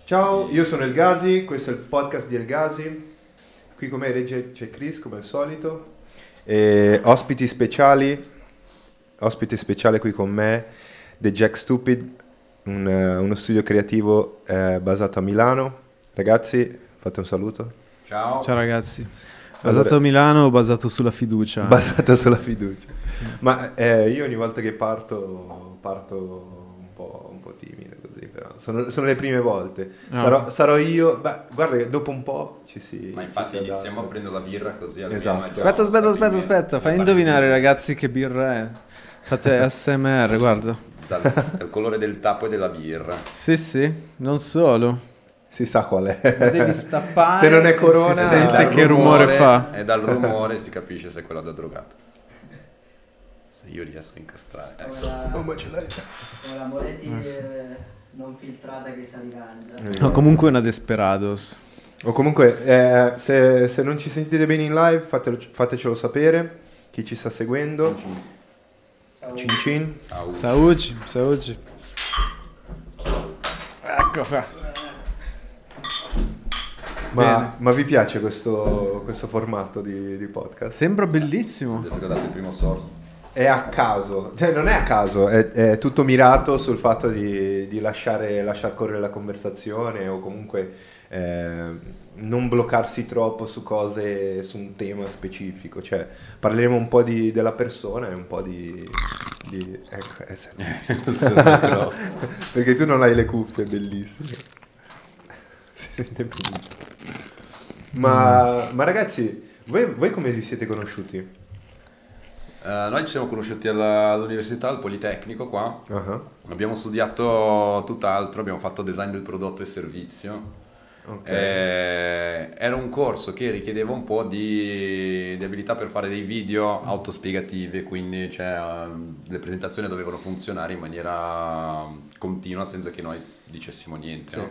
Ciao, io sono El Gasi, questo è il podcast di El Gasi. Qui con me c'è Chris, come al solito. E ospite speciale qui con me, The Jack Stupid, uno studio creativo basato a Milano. Ragazzi, fate un saluto. Ciao. Ciao ragazzi. Basato a Milano o basato sulla fiducia? Basato sulla fiducia. Ma io ogni volta che parto un po' timido così, però sono le prime volte. No. Sarò io. Beh, guarda che dopo un po' ci si. Ma infatti ci si iniziamo a adatta. prendere la birra così almeno Esatto. è già Aspetta, fai indovinare ragazzi che birra è. Fate ASMR, guarda. dal colore del tappo e della birra. Sì, non solo. Si sa qual è. La devi stappare. Se non è Corona, si sente Dal che rumore fa. E dal rumore si capisce se è quella da drogato. Se io riesco a incastrare. Oh, ma ce l'hai. Come la Moretti non filtrata che sa di cangia. No, comunque una Desperados. O comunque, se non ci sentite bene in live, fatecelo sapere. Chi ci sta seguendo. Cin cin. Saúde. Ecco qua. Ma vi piace questo formato di podcast? Sembra bellissimo. Adesso che ho dato il primo sorso. È a caso, cioè non è a caso, è tutto mirato sul fatto di lasciar correre la conversazione o comunque non bloccarsi troppo su cose, su un tema specifico. Cioè parleremo un po' della persona e un po' ecco, perché tu non hai le cuffie, bellissime. Si sente benissimo. Ma ragazzi, voi come vi siete conosciuti? Noi ci siamo conosciuti all'università, al Politecnico qua. Uh-huh. Abbiamo studiato tutt'altro, abbiamo fatto design del prodotto e servizio. Okay. Era un corso che richiedeva un po' di abilità per fare dei video autospiegativi, quindi le presentazioni dovevano funzionare in maniera continua senza che noi dicessimo niente. Sì. No?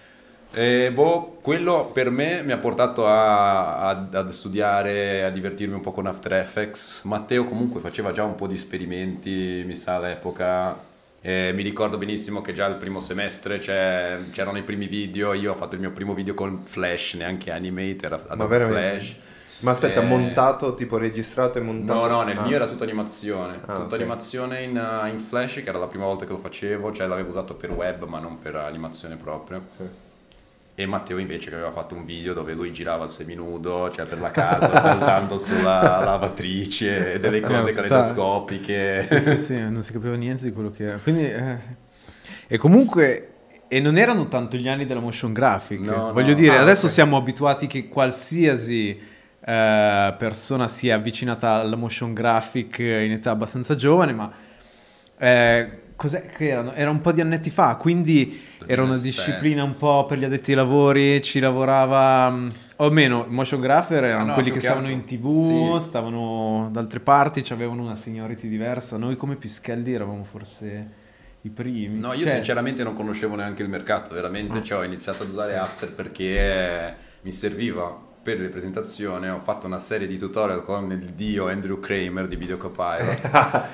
Quello per me mi ha portato ad studiare, a divertirmi un po' con After Effects. Matteo comunque faceva già un po' di esperimenti, mi sa, all'epoca. Mi ricordo benissimo che già il primo semestre c'erano i primi video. Io ho fatto il mio primo video con Flash, neanche Animate, era Adobe Flash. Ma aspetta, montato, tipo registrato e montato? No, nel mio era tutta animazione. Tutta okay. Animazione in Flash, che era la prima volta che lo facevo. Cioè l'avevo usato per web, ma non per animazione proprio. Sì. E Matteo invece che aveva fatto un video dove lui girava al seminudo, cioè per la casa, saltando sulla lavatrice, delle cose caleidoscopiche. Sì, non si capiva niente di quello che era. Quindi, e comunque, non erano tanto gli anni della motion graphic. Voglio dire, adesso siamo abituati che qualsiasi persona si è avvicinata alla motion graphic in età abbastanza giovane, ma cos'è che erano? Era un po' di annetti fa, quindi era una disciplina un po' per gli addetti ai lavori, ci lavorava, o meno, i motion grapher erano quelli che stavano in TV, sì. Stavano da altre parti, avevano una seniority diversa. Noi come Pischelli eravamo forse i primi. No, io sinceramente non conoscevo neanche il mercato, veramente, ho iniziato ad usare After perché mi serviva per le presentazioni. Ho fatto una serie di tutorial con il dio Andrew Kramer di Video Copilot.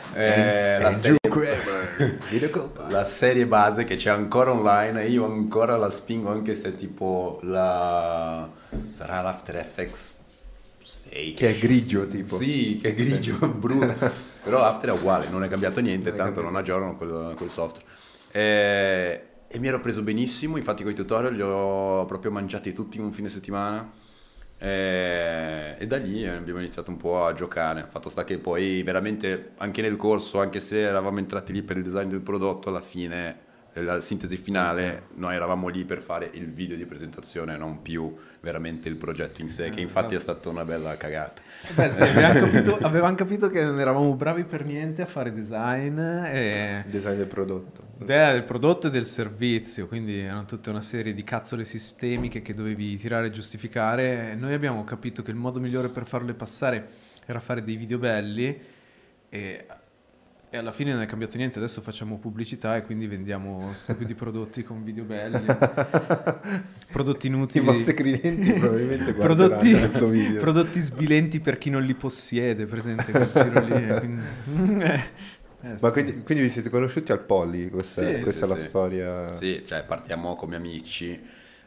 La serie base che c'è ancora online e io ancora la spingo, anche se tipo sarà l'After Effects 6 che è grigio tipo. Sì, che è grigio, brutto. Però After è uguale, non è cambiato niente, tanto non aggiornano quel software. E mi ero preso benissimo, infatti con i tutorial li ho proprio mangiati tutti in un fine settimana. E da lì abbiamo iniziato un po' a giocare. Fatto sta che poi veramente anche nel corso, anche se eravamo entrati lì per il design del prodotto, alla fine la sintesi finale noi eravamo lì per fare il video di presentazione, non più veramente il progetto in sé, che infatti è stata una bella cagata. Beh sì, avevamo capito che non eravamo bravi per niente a fare design del prodotto. Del prodotto e del servizio, quindi erano tutta una serie di cazzole sistemiche che dovevi tirare e giustificare. Noi abbiamo capito che il modo migliore per farle passare era fare dei video belli e alla fine non è cambiato niente. Adesso facciamo pubblicità e quindi vendiamo stupidi prodotti con video belli, prodotti inutili. I vostri clienti probabilmente guarderanno questo video. Prodotti svilenti per chi non li possiede, presente quel giro lì. Quindi... Ma quindi vi siete conosciuti al Poly? Questa Sì, è sì, la sì. storia. Sì, cioè partiamo come amici,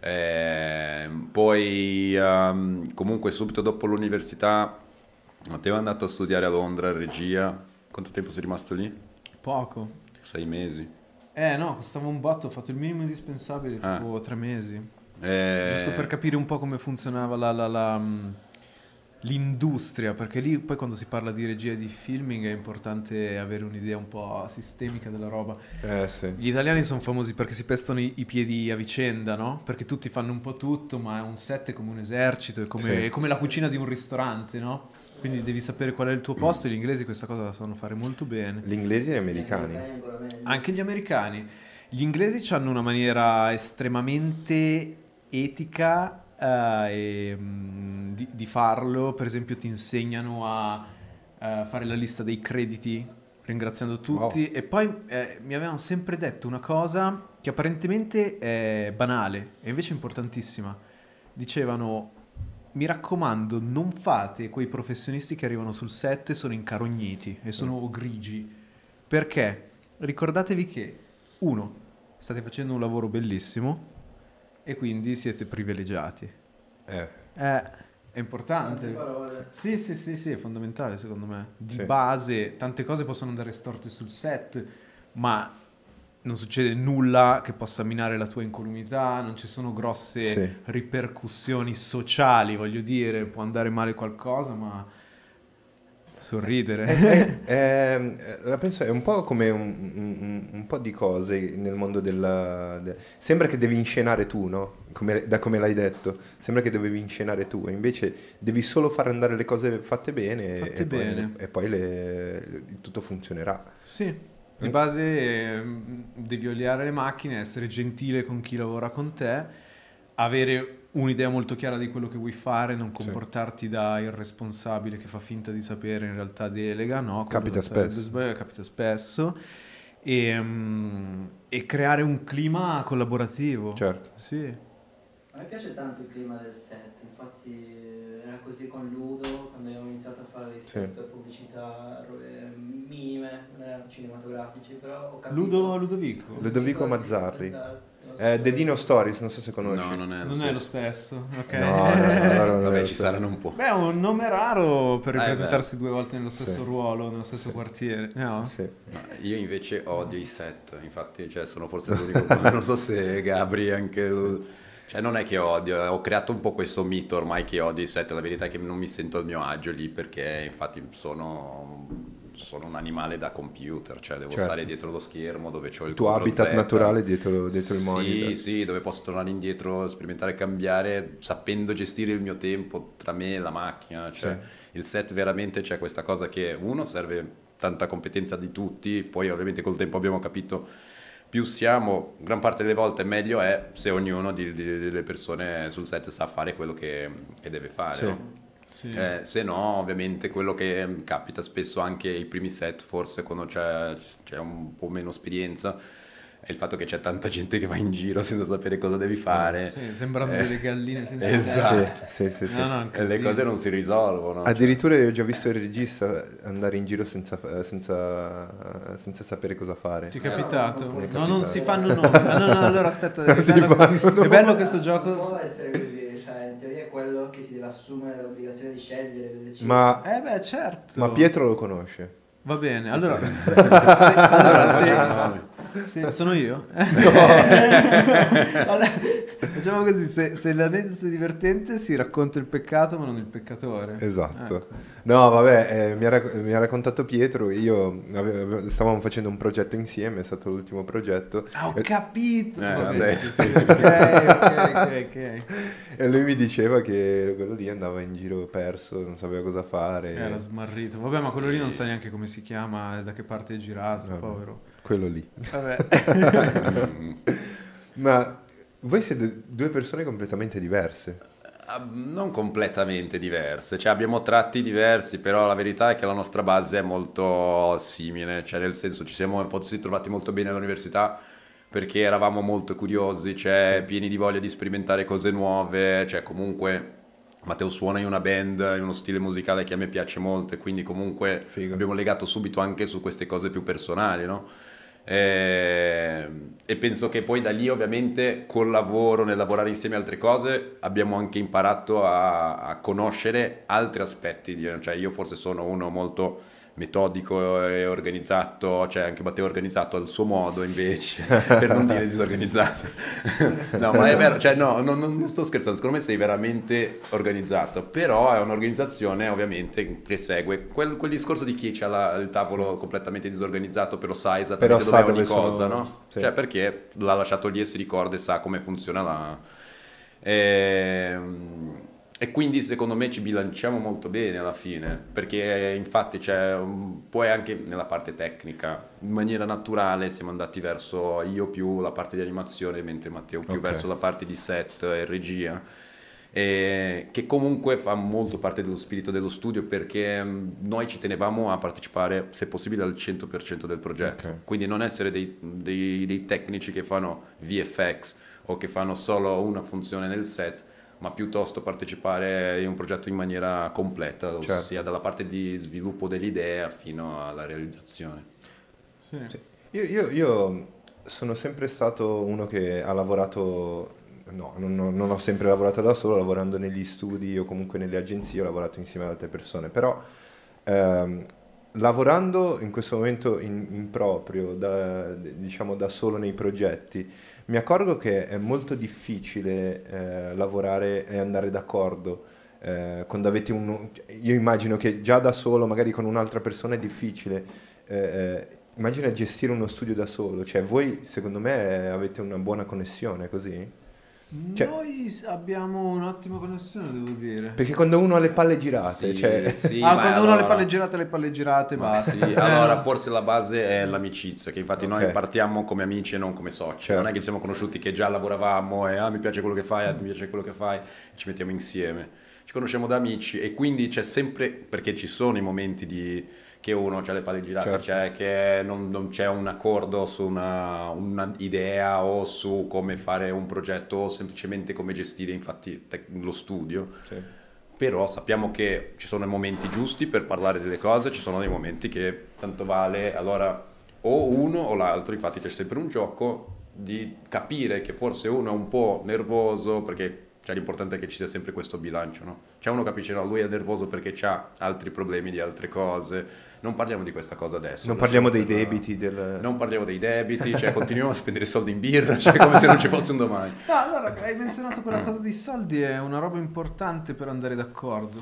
poi comunque subito dopo l'università Matteo è andato a studiare a Londra, regia. Quanto tempo sei rimasto lì? Poco. 6 mesi. No, costava un botto, ho fatto il minimo indispensabile, tipo 3 mesi. Giusto per Eh, capire un po' come funzionava l'industria, perché lì poi quando si parla di regia e di filming è importante avere un'idea un po' sistemica della roba. Sì. Gli italiani sono famosi perché si pestano i piedi a vicenda, no? Perché tutti fanno un po' tutto, ma è un set è come un esercito, Sì. è come la cucina di un ristorante, no? Quindi devi sapere qual è il tuo posto e gli inglesi questa cosa la sanno fare molto bene. Gli inglesi e gli americani. ancora meglio. Anche gli americani. Gli inglesi hanno una maniera estremamente etica di farlo. Per esempio ti insegnano a fare la lista dei crediti ringraziando tutti. Wow. E poi mi avevano sempre detto una cosa che apparentemente è banale e invece è importantissima. Dicevano: mi raccomando, non fate quei professionisti che arrivano sul set e sono incarogniti e sono grigi. Perché? Ricordatevi che, uno, state facendo un lavoro bellissimo e quindi siete privilegiati. È importante. Tante parole. Sì, è fondamentale secondo me. Di Sì. base, tante cose possono andare storte sul set, ma non succede nulla che possa minare la tua incolumità, non ci sono grosse Sì. ripercussioni sociali, voglio dire, può andare male qualcosa, ma sorridere. La penso, è un po' come un po' di cose nel mondo sembra che devi inscenare tu, no? Da come l'hai detto, sembra che dovevi inscenare tu, e invece devi solo far andare le cose fatte bene, Fatte bene. e poi tutto funzionerà. Sì, di base devi oliare le macchine, essere gentile con chi lavora con te, avere un'idea molto chiara di quello che vuoi fare, non comportarti da irresponsabile che fa finta di sapere, in realtà delega, no? Capita spesso. Capita spesso. E creare un clima collaborativo. Certo. Sì. A me piace tanto il clima del set, infatti era così con Ludo quando abbiamo iniziato a fare dei set per pubblicità, robe minime, non erano cinematografici, però ho capito. Ludovico Mazzarri. The Dino Stories, non so se conosci. no, non è Non è lo stesso, ok? No, non Vabbè, è ci saranno un po'. Beh, è un nome raro per beh. ripresentarsi 2 volte nello stesso Sì. ruolo, nello stesso quartiere. No? Sì. Io invece odio i set, infatti, cioè, sono forse l'unico, non so se Gabri anche lui. Cioè non è che odio, ho creato un po' questo mito ormai che odio i set, la verità è che non mi sento a mio agio lì perché infatti sono un animale da computer, cioè devo stare dietro lo schermo dove c'ho il tuo control habitat Z. naturale dietro il monitor. Sì, dove posso tornare indietro, sperimentare, cambiare, sapendo gestire il mio tempo tra me e la macchina. Cioè, il set veramente c'è questa cosa che uno serve tanta competenza di tutti, poi ovviamente col tempo abbiamo capito più siamo, gran parte delle volte meglio è se ognuno delle persone sul set sa fare quello che deve fare. Sì. No? Sì. Se no, ovviamente quello che capita spesso anche ai primi set, forse quando c'è un po' meno esperienza, è il fatto che c'è tanta gente che va in giro senza sapere cosa devi fare. Sì, sembrano delle galline senza Esatto. Sì. No, no, E le cose non si risolvono. Addirittura io ho già visto il regista andare in giro senza sapere cosa fare. Ti è capitato? Mi è No, non capitato. si fanno nomi. No, allora aspetta, Non si fanno è bello questo Non gioco. può essere così, cioè in teoria è quello che si deve assumere l'obbligazione di scegliere, di decidere. Ma Beh, certo. Ma Pietro lo conosce. Va bene, allora, sono io? Allora, facciamo così, se l'aneddoto è divertente si racconta il peccato ma non il peccatore. Esatto. Ecco. No, vabbè, mi ha raccontato Pietro, stavamo facendo un progetto insieme, è stato l'ultimo progetto. Ah, ho capito! vabbè. Sì. Ok. E lui mi diceva che quello lì andava in giro perso, non sapeva cosa fare. Era smarrito. Vabbè, ma quello lì non sa neanche come si chiama e da che parte è girato, Vabbè. povero. Quello lì. Vabbè. Ma voi siete due persone completamente diverse. Non completamente diverse, cioè abbiamo tratti diversi, però la verità è che la nostra base è molto simile, cioè nel senso ci siamo forse trovati molto bene all'università perché eravamo molto curiosi, cioè pieni di voglia di sperimentare cose nuove, cioè comunque Matteo suona in una band, in uno stile musicale che a me piace molto, e quindi comunque abbiamo legato subito anche su queste cose più personali, no? E penso che poi da lì ovviamente col lavoro, nel lavorare insieme a altre cose, abbiamo anche imparato a conoscere altri aspetti, cioè io forse sono uno molto metodico e organizzato, cioè anche Matteo è organizzato al suo modo invece, per non dire disorganizzato. No, ma è vero, cioè no, non sto scherzando, secondo me sei veramente organizzato, però è un'organizzazione ovviamente che segue quel discorso di chi c'ha il tavolo completamente disorganizzato, però sa esattamente dove è ogni cosa, no? Sì. Cioè perché l'ha lasciato lì e si ricorda e sa come funziona e quindi secondo me ci bilanciamo molto bene alla fine, perché infatti poi anche nella parte tecnica, in maniera naturale siamo andati verso io più la parte di animazione, mentre Matteo più verso la parte di set e regia, che comunque fa molto parte dello spirito dello studio, perché noi ci tenevamo a partecipare se possibile al 100% del progetto, quindi non essere dei tecnici che fanno VFX o che fanno solo una funzione nel set, ma piuttosto partecipare in un progetto in maniera completa, ossia dalla parte di sviluppo dell'idea fino alla realizzazione. Sì. Io sono sempre stato uno che ha lavorato, non ho sempre lavorato da solo, lavorando negli studi o comunque nelle agenzie ho lavorato insieme ad altre persone, però lavorando in questo momento in proprio, diciamo da solo nei progetti, mi accorgo che è molto difficile lavorare e andare d'accordo quando avete io immagino che già da solo, magari con un'altra persona è difficile, immagina gestire uno studio da solo, cioè voi secondo me avete una buona connessione così? Cioè, noi abbiamo un'ottima connessione, devo dire. Perché quando uno ha le palle girate, quando uno ha le palle girate, ma sì, allora forse la base è l'amicizia, che infatti noi partiamo come amici e non come soci. Non è che ci siamo conosciuti che già lavoravamo e mi piace quello che fai, mi piace quello che fai, e ci mettiamo insieme. Ci conosciamo da amici e quindi c'è sempre, perché ci sono i momenti che uno ha le palle girate, cioè che non c'è un accordo su una idea o su come fare un progetto o semplicemente come gestire infatti lo studio. Però sappiamo che ci sono i momenti giusti per parlare delle cose, ci sono dei momenti che tanto vale allora o uno o l'altro, infatti c'è sempre un gioco di capire che forse uno è un po' nervoso perché l'importante è che ci sia sempre questo bilancio, no? Cioè uno capisce, no, lui è nervoso perché ha altri problemi di altre cose. Non parliamo di questa cosa adesso. Non parliamo dei debiti. Non parliamo dei debiti, cioè continuiamo a spendere soldi in birra, cioè come se non ci fosse un domani. No, allora, hai menzionato quella cosa dei soldi, è una roba importante per andare d'accordo.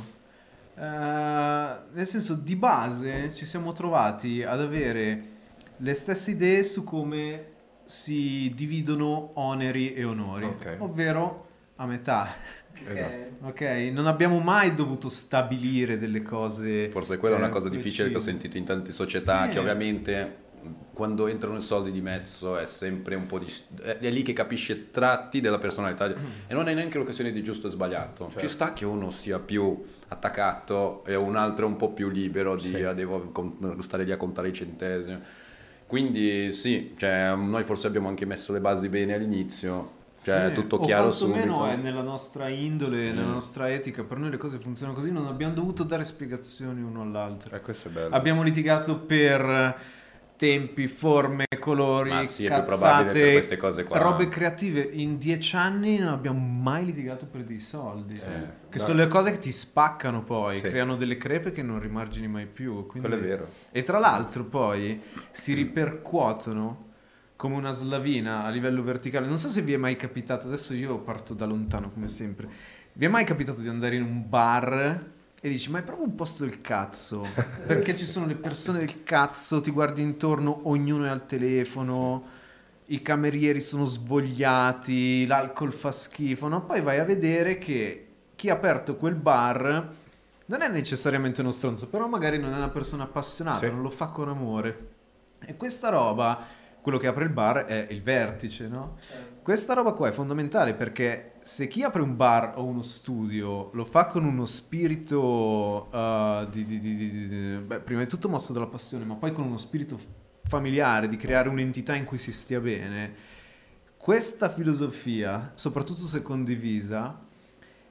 Nel senso, di base ci siamo trovati ad avere le stesse idee su come si dividono oneri e onori, ovvero a metà. Ok, non abbiamo mai dovuto stabilire delle cose. Forse quella è una cosa difficile che ho sentito in tante società, che ovviamente quando entrano i soldi di mezzo è sempre un po' è lì che capisce tratti della personalità e non è neanche una questione di giusto e sbagliato. Ci sta che uno sia più attaccato e un altro è un po' più libero devo stare lì a contare i centesimi. Quindi sì, cioè, noi forse abbiamo anche messo le basi bene all'inizio. Cioè, tutto chiaro subito. O quantomeno è nella nostra indole, nella nostra etica. Per noi le cose funzionano così, non abbiamo dovuto dare spiegazioni uno all'altro. Questo è bello. Abbiamo litigato per tempi, forme, colori, ma sì, cazzate, è più probabile per queste cose qua. Robe creative. In 10 anni non abbiamo mai litigato per dei soldi. Che sono le cose che ti spaccano poi, creano delle crepe che non rimargini mai più. Quindi... Quello è vero. E tra l'altro poi si ripercuotono come una slavina a livello verticale. Non so se vi è mai capitato, adesso io parto da lontano come sempre, vi è mai capitato di andare in un bar e dici ma è proprio un posto del cazzo, perché ci sono le persone del cazzo, ti guardi intorno, ognuno è al telefono, i camerieri sono svogliati, l'alcol fa schifo, no? Poi vai a vedere che chi ha aperto quel bar non è necessariamente uno stronzo, però magari non è una persona appassionata, non lo fa con amore. E questa roba, quello che apre il bar è il vertice, no? Questa roba qua è fondamentale perché se chi apre un bar o uno studio lo fa con uno spirito prima di tutto mosso dalla passione, ma poi con uno spirito familiare di creare un'entità in cui si stia bene, questa filosofia, soprattutto se condivisa,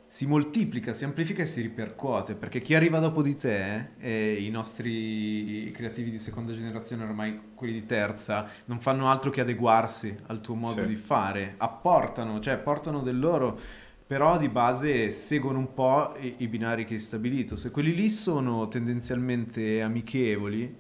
si moltiplica, si amplifica e si ripercuote, perché chi arriva dopo di te, i nostri creativi di seconda generazione, ormai quelli di terza, non fanno altro che adeguarsi al tuo modo di fare, portano del loro, però di base seguono un po' i binari che hai stabilito. Se quelli lì sono tendenzialmente amichevoli,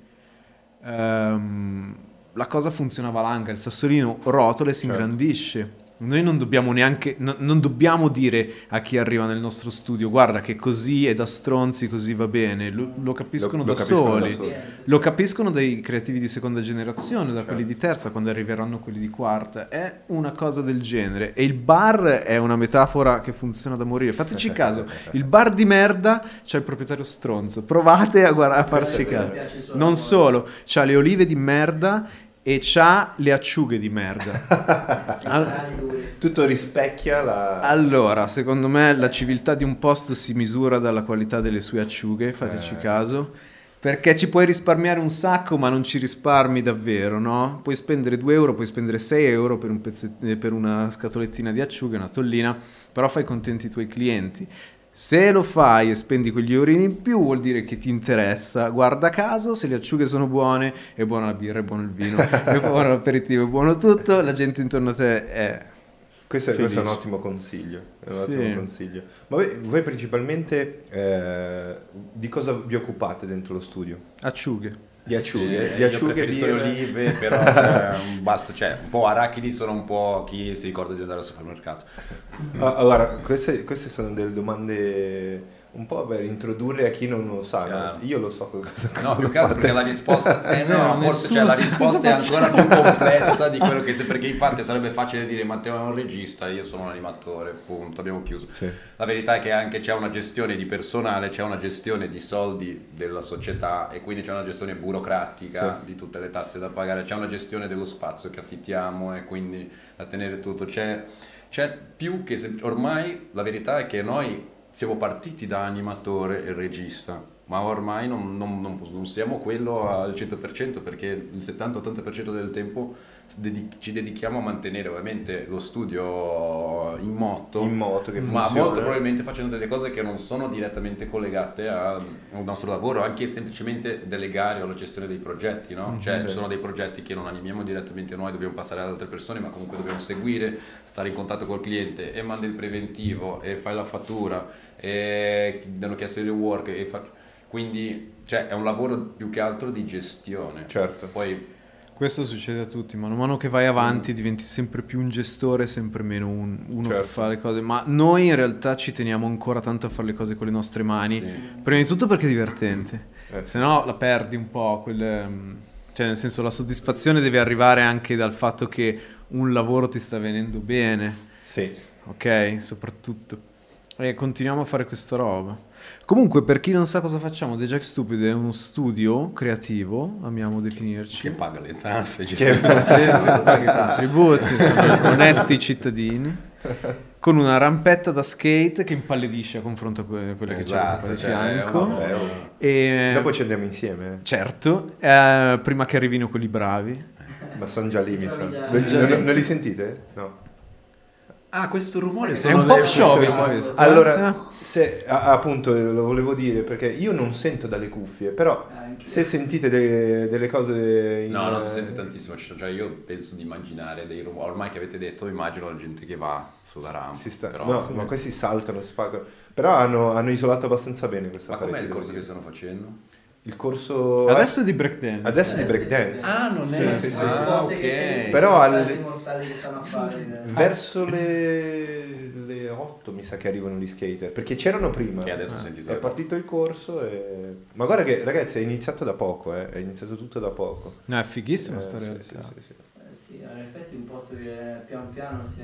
la cosa funziona a valanga, il sassolino rotola e si ingrandisce. Noi non dobbiamo neanche non dobbiamo dire a chi arriva nel nostro studio: guarda che così è da stronzi, così va bene. Lo capiscono da soli. Lo capiscono dai creativi di seconda generazione, da quelli di terza, quando arriveranno quelli di quarta. È una cosa del genere. E il bar è una metafora che funziona da morire. Fateci caso, il bar di merda c'ha il proprietario stronzo. Provate a farci caso. Non solo, c'ha le olive di merda e c'ha le acciughe di merda. Tutto rispecchia la... Allora, secondo me la civiltà di un posto si misura dalla qualità delle sue acciughe, fateci caso, perché ci puoi risparmiare un sacco, ma non ci risparmi davvero, no? Puoi spendere 2 euro, puoi spendere 6 euro per una scatolettina di acciughe, una tollina, però fai contenti i tuoi clienti. Se lo fai e spendi quegli eurini in più, vuol dire che ti interessa. Guarda caso, se le acciughe sono buone, è buona la birra, è buono il vino, è buono l'aperitivo, è buono tutto, la gente intorno a te è questo è un ottimo consiglio. Consiglio. Ma voi principalmente di cosa vi occupate dentro lo studio? acciughe. Di acciughe? Io preferisco le olive, però basta, un po' arachidi sono un po' chi si ricorda di andare al supermercato. Allora, queste sono delle domande un po' per introdurre a chi non lo sa, no? Io lo so cosa. No, più che altro perché la risposta forse la risposta è ancora più complessa di quello che perché infatti sarebbe facile dire Matteo è un regista, io sono un animatore, punto, abbiamo chiuso. Sì. La verità è che anche c'è una gestione di personale, c'è una gestione di soldi della società e quindi c'è una gestione burocratica di tutte le tasse da pagare, c'è una gestione dello spazio che affittiamo e quindi da tenere tutto, c'è più che ormai la verità è che noi siamo partiti da animatore e regista, ma ormai non siamo quello al 100% perché il 70-80% del tempo ci dedichiamo a mantenere ovviamente lo studio in moto che funziona, ma molto probabilmente facendo delle cose che non sono direttamente collegate al nostro lavoro, anche semplicemente delegare o la gestione dei progetti, no? Sono dei progetti che non animiamo direttamente noi, dobbiamo passare ad altre persone, ma comunque dobbiamo seguire, stare in contatto col cliente e mandi il preventivo e fai la fattura e hanno chiesto il rework e quindi è un lavoro più che altro di gestione. Certo. Poi questo succede a tutti, man mano che vai avanti diventi sempre più un gestore, sempre meno uno che fa le cose, ma noi in realtà ci teniamo ancora tanto a fare le cose con le nostre mani, prima di tutto perché è divertente, se no la perdi un po', nel senso la soddisfazione deve arrivare anche dal fatto che un lavoro ti sta venendo bene, ok? Soprattutto. E continuiamo a fare questa roba. Comunque, per chi non sa cosa facciamo, The Jack Stupid è uno studio creativo, amiamo definirci. Che paga le tasse, paga i contributi, sono onesti cittadini, con una rampetta da skate che impallidisce a confronto a quelle che c'è di fianco. E dopo ci andiamo insieme. Certo, prima che arrivino quelli bravi. Ma sono già lì, mi sa. Non li sentite? No. Questo rumore è un pop show. Allora, appunto lo volevo dire perché io non sento dalle cuffie, però se sentite delle cose no, non si sente tantissimo, io penso di immaginare dei rumori, ormai che avete detto immagino la gente che va sulla rampa. Ma questi saltano, spaccano, però hanno isolato abbastanza bene questa parete. Ma com'è il corso che stanno facendo? Il corso adesso è di breakdance. Adesso è di breakdance. Non è ok. Però verso le 8 mi sa che arrivano gli skater, perché c'erano prima. Che adesso sentite. È partito il corso ma guarda che ragazzi è iniziato da poco, è iniziato tutto da poco. No, è fighissima sta realtà. Sì, in effetti un posto che pian piano si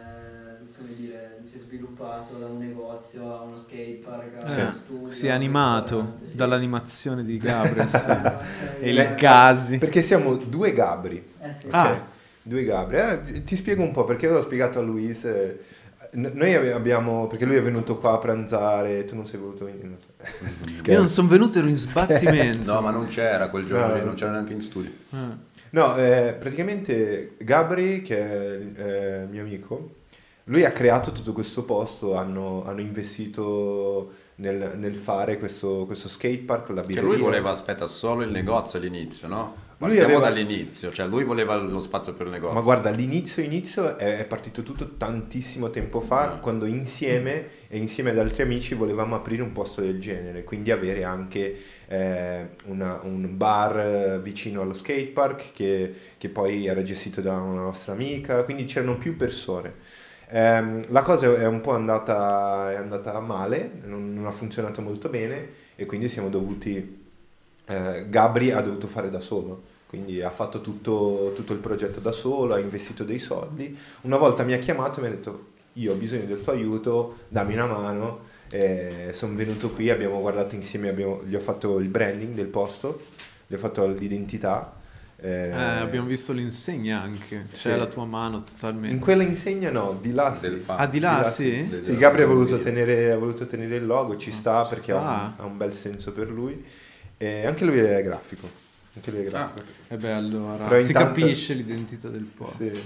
è sviluppato da un negozio a uno skatepark, a uno studio. Si è animato dall'animazione di Gabriel e il Gasi. Perché siamo due Gabri. Due Gabri. Ti spiego un po' perché l'ho spiegato a Luis. Noi abbiamo, perché lui è venuto qua a pranzare, tu non sei venuto Io non sono venuto, ero in sbattimento. No, ma non c'era quel giorno, non c'era neanche in studio. No, praticamente Gabri, che è il mio amico, lui ha creato tutto questo posto, hanno investito nel fare questo skatepark, la Che birreria. lui voleva, aspetta, solo il negozio all'inizio, no? Lui Partiamo aveva- dall'inizio, cioè lui voleva lo spazio per il negozio. Ma guarda, l'inizio è partito tutto tantissimo tempo fa, quando insieme ad altri amici volevamo aprire un posto del genere, quindi avere anche un bar vicino allo skatepark che poi era gestito da una nostra amica, quindi c'erano più persone. La cosa è un po' andata male, non ha funzionato molto bene e quindi siamo dovuti... Gabri ha dovuto fare da solo, quindi ha fatto tutto il progetto da solo, ha investito dei soldi. Una volta mi ha chiamato e mi ha detto: io ho bisogno del tuo aiuto, dammi una mano. Sono venuto qui, abbiamo guardato insieme, gli ho fatto il branding del posto, gli ho fatto l'identità. Abbiamo visto l'insegna anche, c'è Sì. la tua mano totalmente. In quella insegna no, di là sì. Del fa- Ah, di là sì? Sì, Gabri ha voluto tenere il logo, ci sta ci perché sta. ha un bel senso per lui. E anche lui è grafico. E beh, allora Però si intanto- capisce l'identità del posto. Sì.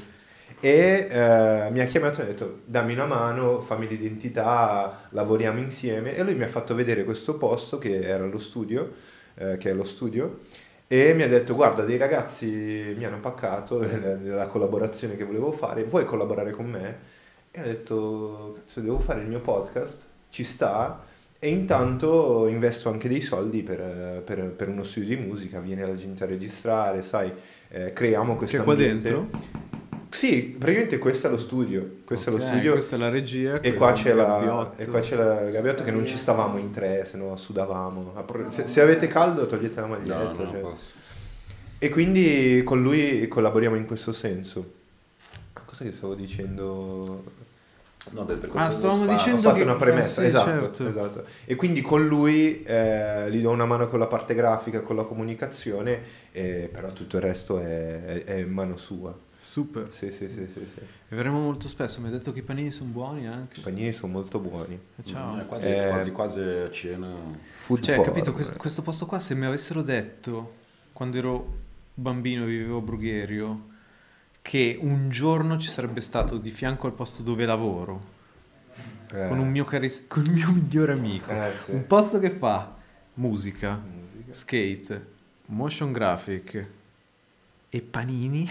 E mi ha chiamato e ha detto: dammi una mano, fammi l'identità, lavoriamo insieme. E lui mi ha fatto vedere questo posto che era lo studio, che è lo studio, e mi ha detto: guarda, dei ragazzi mi hanno paccato nella collaborazione che volevo fare, vuoi collaborare con me? E ho detto: cazzo, devo fare il mio podcast, ci sta. E intanto investo anche dei soldi per uno studio di musica, viene la gente a registrare, sai, creiamo questo Che è qua ambiente. dentro? Sì, praticamente questo è lo studio, questo è lo Ok, studio questa è la regia. e quello qua è c'è il la gabbiotto. e qua c'è la gabbiotto che non ci stavamo in tre, se no sudavamo. Se avete caldo togliete la maglietta. No, non cioè. posso. E quindi con lui collaboriamo in questo senso. Cosa che stavo dicendo? No, del percorso dello stavamo spazio. Ho dicendo fatto che- una premessa, sì, esatto, certo. esatto. E quindi con lui gli do una mano con la parte grafica, con la comunicazione, però tutto il resto è in mano sua. Super. Sì. E verremo molto spesso. Mi hai detto che i panini sono buoni anche. I panini sono molto buoni. Ciao. Quasi quasi a cena. Food Cioè, porn. capito, questo posto qua, se mi avessero detto, quando ero bambino, vivevo a Brugherio, che un giorno ci sarebbe stato di fianco al posto dove lavoro, con il mio migliore amico, Sì. un posto che fa musica, skate, motion graphic e panini,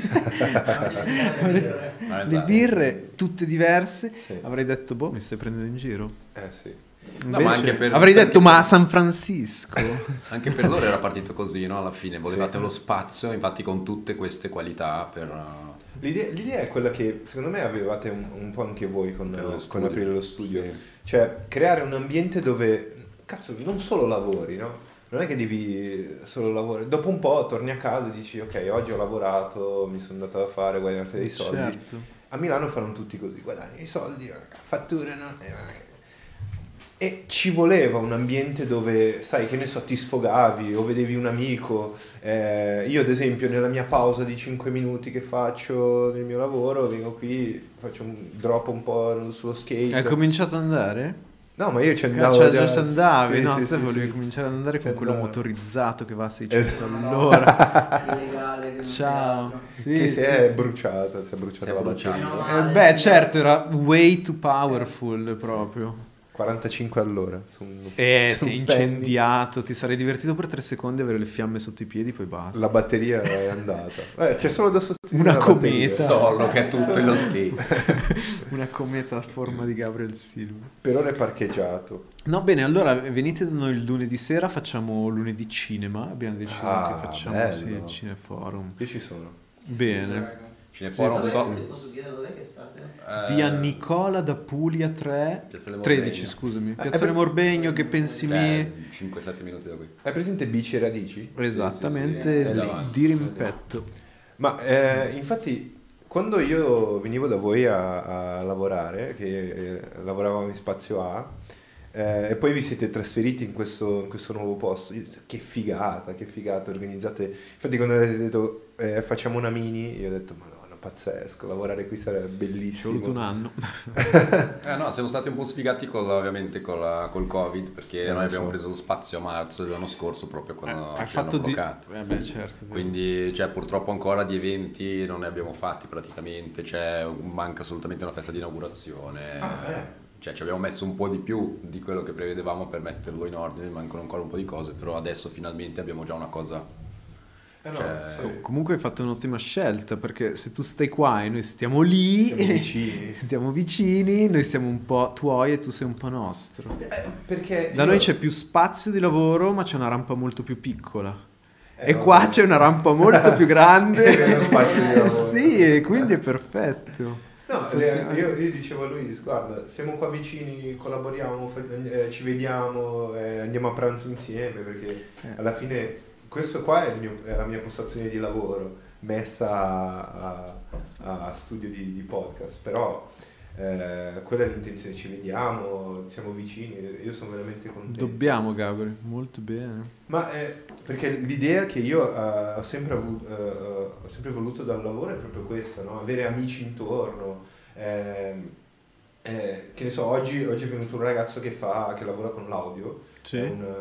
le esatto. birre tutte diverse, Sì. avrei detto, boh, mi stai prendendo in giro. Sì. No, ma Invece anche per- avrei perché- detto, ma a San Francisco? Anche per loro era partito così, no? Alla fine volevate Sì. lo spazio, infatti con tutte queste qualità per... L'idea è quella che secondo me avevate un po' anche voi con Per lo con studio. aprire lo studio. Sì. Cioè, creare un ambiente dove, cazzo, non solo lavori, no? Non è che devi solo lavorare. Dopo un po' torni a casa e dici: ok, oggi ho lavorato, mi sono andato a fare, guadagnate dei soldi. Certo. A Milano fanno tutti così, guadagni i soldi, fatturano. E ci voleva un ambiente dove, sai, che ne so, ti sfogavi o vedevi un amico. Io ad esempio nella mia pausa di 5 minuti che faccio nel mio lavoro, vengo qui, faccio drop un po' sullo skate. Hai cominciato ad andare? No, ma io ci andavo Cioè, già. già ci andavi, Sì, no? sì, te sì, volevi sì. cominciare ad andare con Ci quello andavo. motorizzato che va a 600 Esatto. all'ora. illegale che non Ciao. c'è altro. Sì, Che sì, si è sì. bruciata, si è bruciata Si è la bruciata. batteria. Meno Beh, certo, era way too powerful proprio. 45 all'ora. Su un Sei penny. incendiato, ti sarei divertito per 3 secondi avere le fiamme sotto i piedi, poi basta. La batteria è andata. C'è solo da sostituire Una la batteria. cometa. Solo che è tutto lo skate. Una cometa a forma di Gabriel Silva. Per ora è parcheggiato. No, bene, allora venite da noi il lunedì sera, facciamo lunedì cinema, abbiamo deciso Ah, che facciamo bello. sì, il cineforum. Io ci sono. Bene. Cineforum, Sì, so... Se posso dire dov'è che state? Via Nicola da Puglia 3, Piazzale 13 Morbegno. scusami, per- Piazzale Morbegno, che pensi mi... 5-7 minuti da qui. Hai presente Bici e Radici? Esattamente, sì, di davanti. dirimpetto. Ma infatti quando io venivo da voi a lavorare, che lavoravamo in Spazio A, e poi vi siete trasferiti in questo nuovo posto, io ho detto, che figata, organizzate. Infatti quando avete detto facciamo una mini, io ho detto, madonna, pazzesco, lavorare qui sarebbe bellissimo. Ci è voluto un anno. No, siamo stati un po' sfigati ovviamente col Covid, perché noi abbiamo preso lo spazio a marzo dell'anno scorso, proprio quando ci hanno bloccato. Certo. Quindi purtroppo ancora di eventi non ne abbiamo fatti praticamente, manca assolutamente una festa di inaugurazione. Ci abbiamo messo un po' di più di quello che prevedevamo per metterlo in ordine, mancano ancora un po' di cose, però adesso finalmente abbiamo già una cosa. Comunque hai fatto un'ottima scelta, perché se tu stai qua e noi stiamo lì, siamo vicini, noi siamo un po' tuoi e tu sei un po' nostro. Perché da noi c'è più spazio di lavoro, ma c'è una rampa molto più piccola. E qua c'è una rampa molto più grande. Spazio di lavoro. Sì, quindi è perfetto. No, io dicevo a Luis, guarda, siamo qua vicini, collaboriamo, ci vediamo, andiamo a pranzo insieme, perché alla fine questo qua è la mia postazione di lavoro, messa a studio di podcast, però quella è l'intenzione, ci vediamo, siamo vicini, io sono veramente contento. Dobbiamo, Gabriele, molto bene. Ma perché l'idea che io ho sempre voluto dal lavoro è proprio questa, no? Avere amici intorno. Che ne so, oggi è venuto un ragazzo che lavora con l'audio, sì.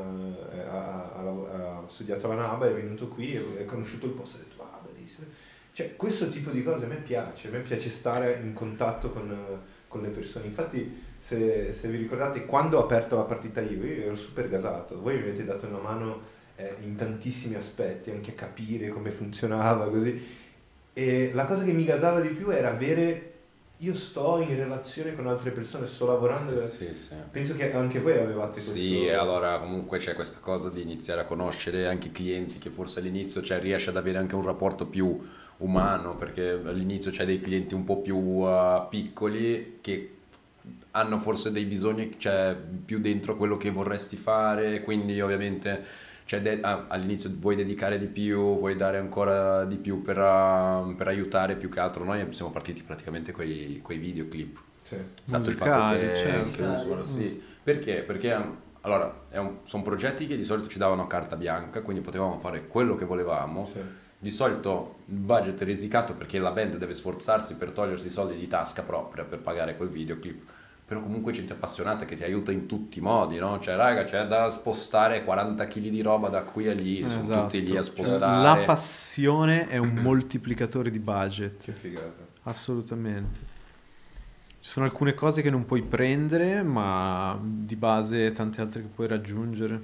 Ha studiato alla NABA, è venuto qui, ha conosciuto il posto e ha detto bellissimo. Cioè, questo tipo di cose a me piace stare in contatto con le persone. Infatti, se vi ricordate, quando ho aperto la partita io ero super gasato, voi mi avete dato una mano in tantissimi aspetti, anche a capire come funzionava, così. E la cosa che mi gasava di più era io sto in relazione con altre persone, sto lavorando. Sì. Penso che anche voi avevate questo. Sì, e allora comunque c'è questa cosa di iniziare a conoscere anche i clienti, che forse all'inizio riesce ad avere anche un rapporto più umano, perché all'inizio c'è dei clienti un po' più piccoli che hanno forse dei bisogni, più dentro quello che vorresti fare, quindi ovviamente all'inizio vuoi dedicare di più, vuoi dare ancora di più per aiutare più che altro. Noi siamo partiti praticamente quei videoclip, dato il fatto che sì. Perché? Perché allora sono progetti che di solito ci davano carta bianca, quindi potevamo fare quello che volevamo. Sì. Di solito il budget è risicato perché la band deve sforzarsi per togliersi i soldi di tasca propria per pagare quel videoclip. Però comunque gente appassionata che ti aiuta in tutti i modi, no? C'è da spostare 40 kg di roba da qui a lì, sono tutti lì a spostare. La passione è un moltiplicatore di budget. Che figata. Assolutamente. Ci sono alcune cose che non puoi prendere, ma di base tante altre che puoi raggiungere.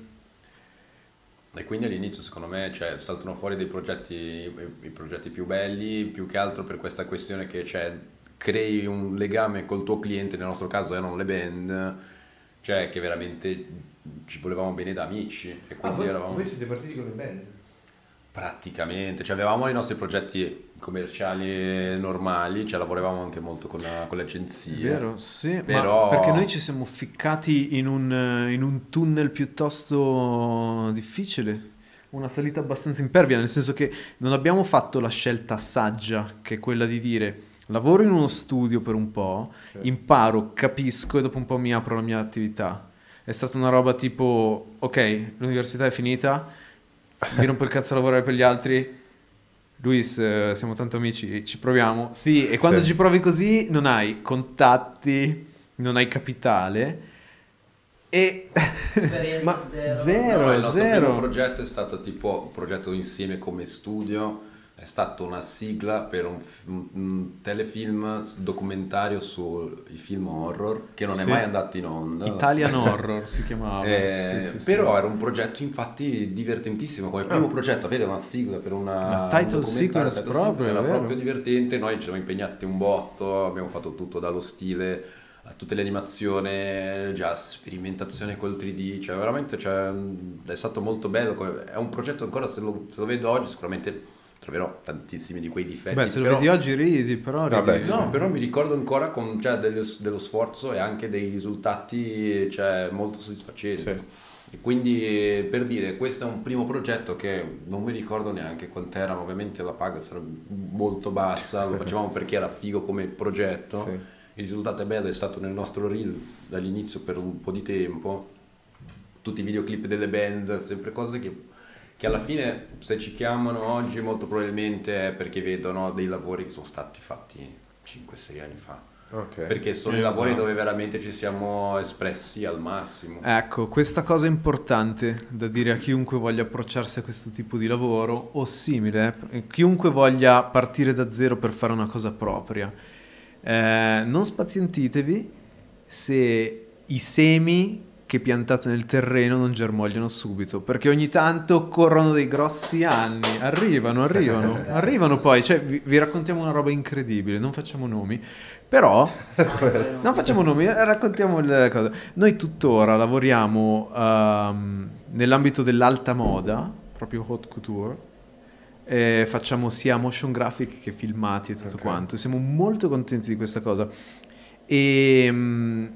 E quindi all'inizio secondo me saltano fuori dei progetti, i progetti più belli, più che altro per questa questione che crei un legame col tuo cliente, nel nostro caso erano le band, che veramente ci volevamo bene da amici. E quindi voi siete partiti con le band? Praticamente, avevamo i nostri progetti commerciali normali, lavoravamo anche molto con le agenzie. Vero, sì, però... ma perché noi ci siamo ficcati in un tunnel piuttosto difficile, una salita abbastanza impervia, nel senso che non abbiamo fatto la scelta saggia, che è quella di dire lavoro in uno studio per un po', imparo, capisco e dopo un po' mi apro la mia attività. È stata una roba tipo, ok, l'università è finita, mi rompo il cazzo a lavorare per gli altri, Luis, siamo tanto amici, ci proviamo. Sì, e quando ci provi così non hai contatti, non hai capitale e... Ma zero. Il nostro primo progetto è stato tipo un progetto insieme come studio. È stata una sigla per un telefilm documentario sui film horror che non è mai andato in onda. Italian Horror si chiamava. Però era un progetto infatti divertentissimo come primo progetto, avere una sigla per una title sequence proprio. Era proprio divertente, noi ci siamo impegnati un botto, abbiamo fatto tutto dallo stile a tutte le animazioni, già sperimentazione col 3D, veramente è stato molto bello, è un progetto ancora se lo vedo oggi sicuramente troverò tantissimi di quei difetti. Beh, se lo vedi oggi ridi, però ridi. No, però mi ricordo ancora con dello sforzo e anche dei risultati molto soddisfacenti. Sì. E quindi per dire, questo è un primo progetto che non mi ricordo neanche quant'era, ovviamente la paga sarà molto bassa, lo facevamo perché era figo come progetto. Sì. Il risultato è bello, è stato nel nostro reel dall'inizio per un po' di tempo, tutti i videoclip delle band, sempre cose che che alla fine se ci chiamano oggi molto probabilmente è perché vedono dei lavori che sono stati fatti 5-6 anni fa. Okay. Perché sono i lavori dove veramente ci siamo espressi al massimo. Ecco, questa cosa è importante da dire a chiunque voglia approcciarsi a questo tipo di lavoro o simile, chiunque voglia partire da zero per fare una cosa propria. Non spazientitevi se i semi che piantate nel terreno non germogliano subito, perché ogni tanto corrono dei grossi anni, arrivano poi, cioè vi raccontiamo una roba incredibile, non facciamo nomi, però non facciamo nomi, raccontiamo le cose. Noi tuttora lavoriamo nell'ambito dell'alta moda, proprio haute couture, facciamo sia motion graphic che filmati e tutto quanto, siamo molto contenti di questa cosa. E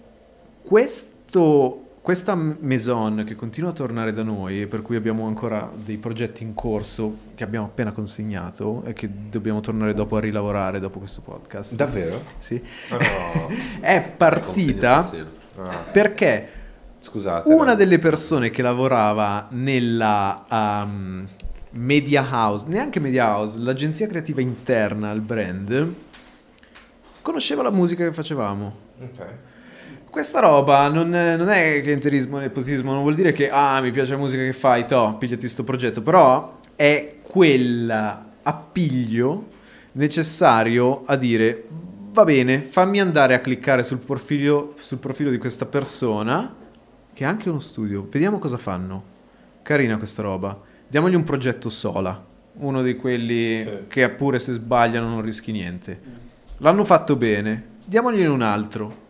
questa maison che continua a tornare da noi e per cui abbiamo ancora dei progetti in corso che abbiamo appena consegnato e che dobbiamo tornare dopo a rilavorare dopo questo podcast. Davvero? Sì. Oh, no. È partita perché scusate, una delle persone che lavorava nella Media House, neanche Media House, l'agenzia creativa interna al brand, conosceva la musica che facevamo. Ok. Questa roba non è clientelismo, nepotismo, non vuol dire che mi piace la musica che fai, pigliati sto progetto, però è quell'appiglio necessario a dire va bene, fammi andare a cliccare sul profilo di questa persona che ha anche uno studio, vediamo cosa fanno. Carina questa roba, diamogli un progetto sola, uno di quelli che pure se sbagliano non rischi niente. L'hanno fatto bene, diamogli un altro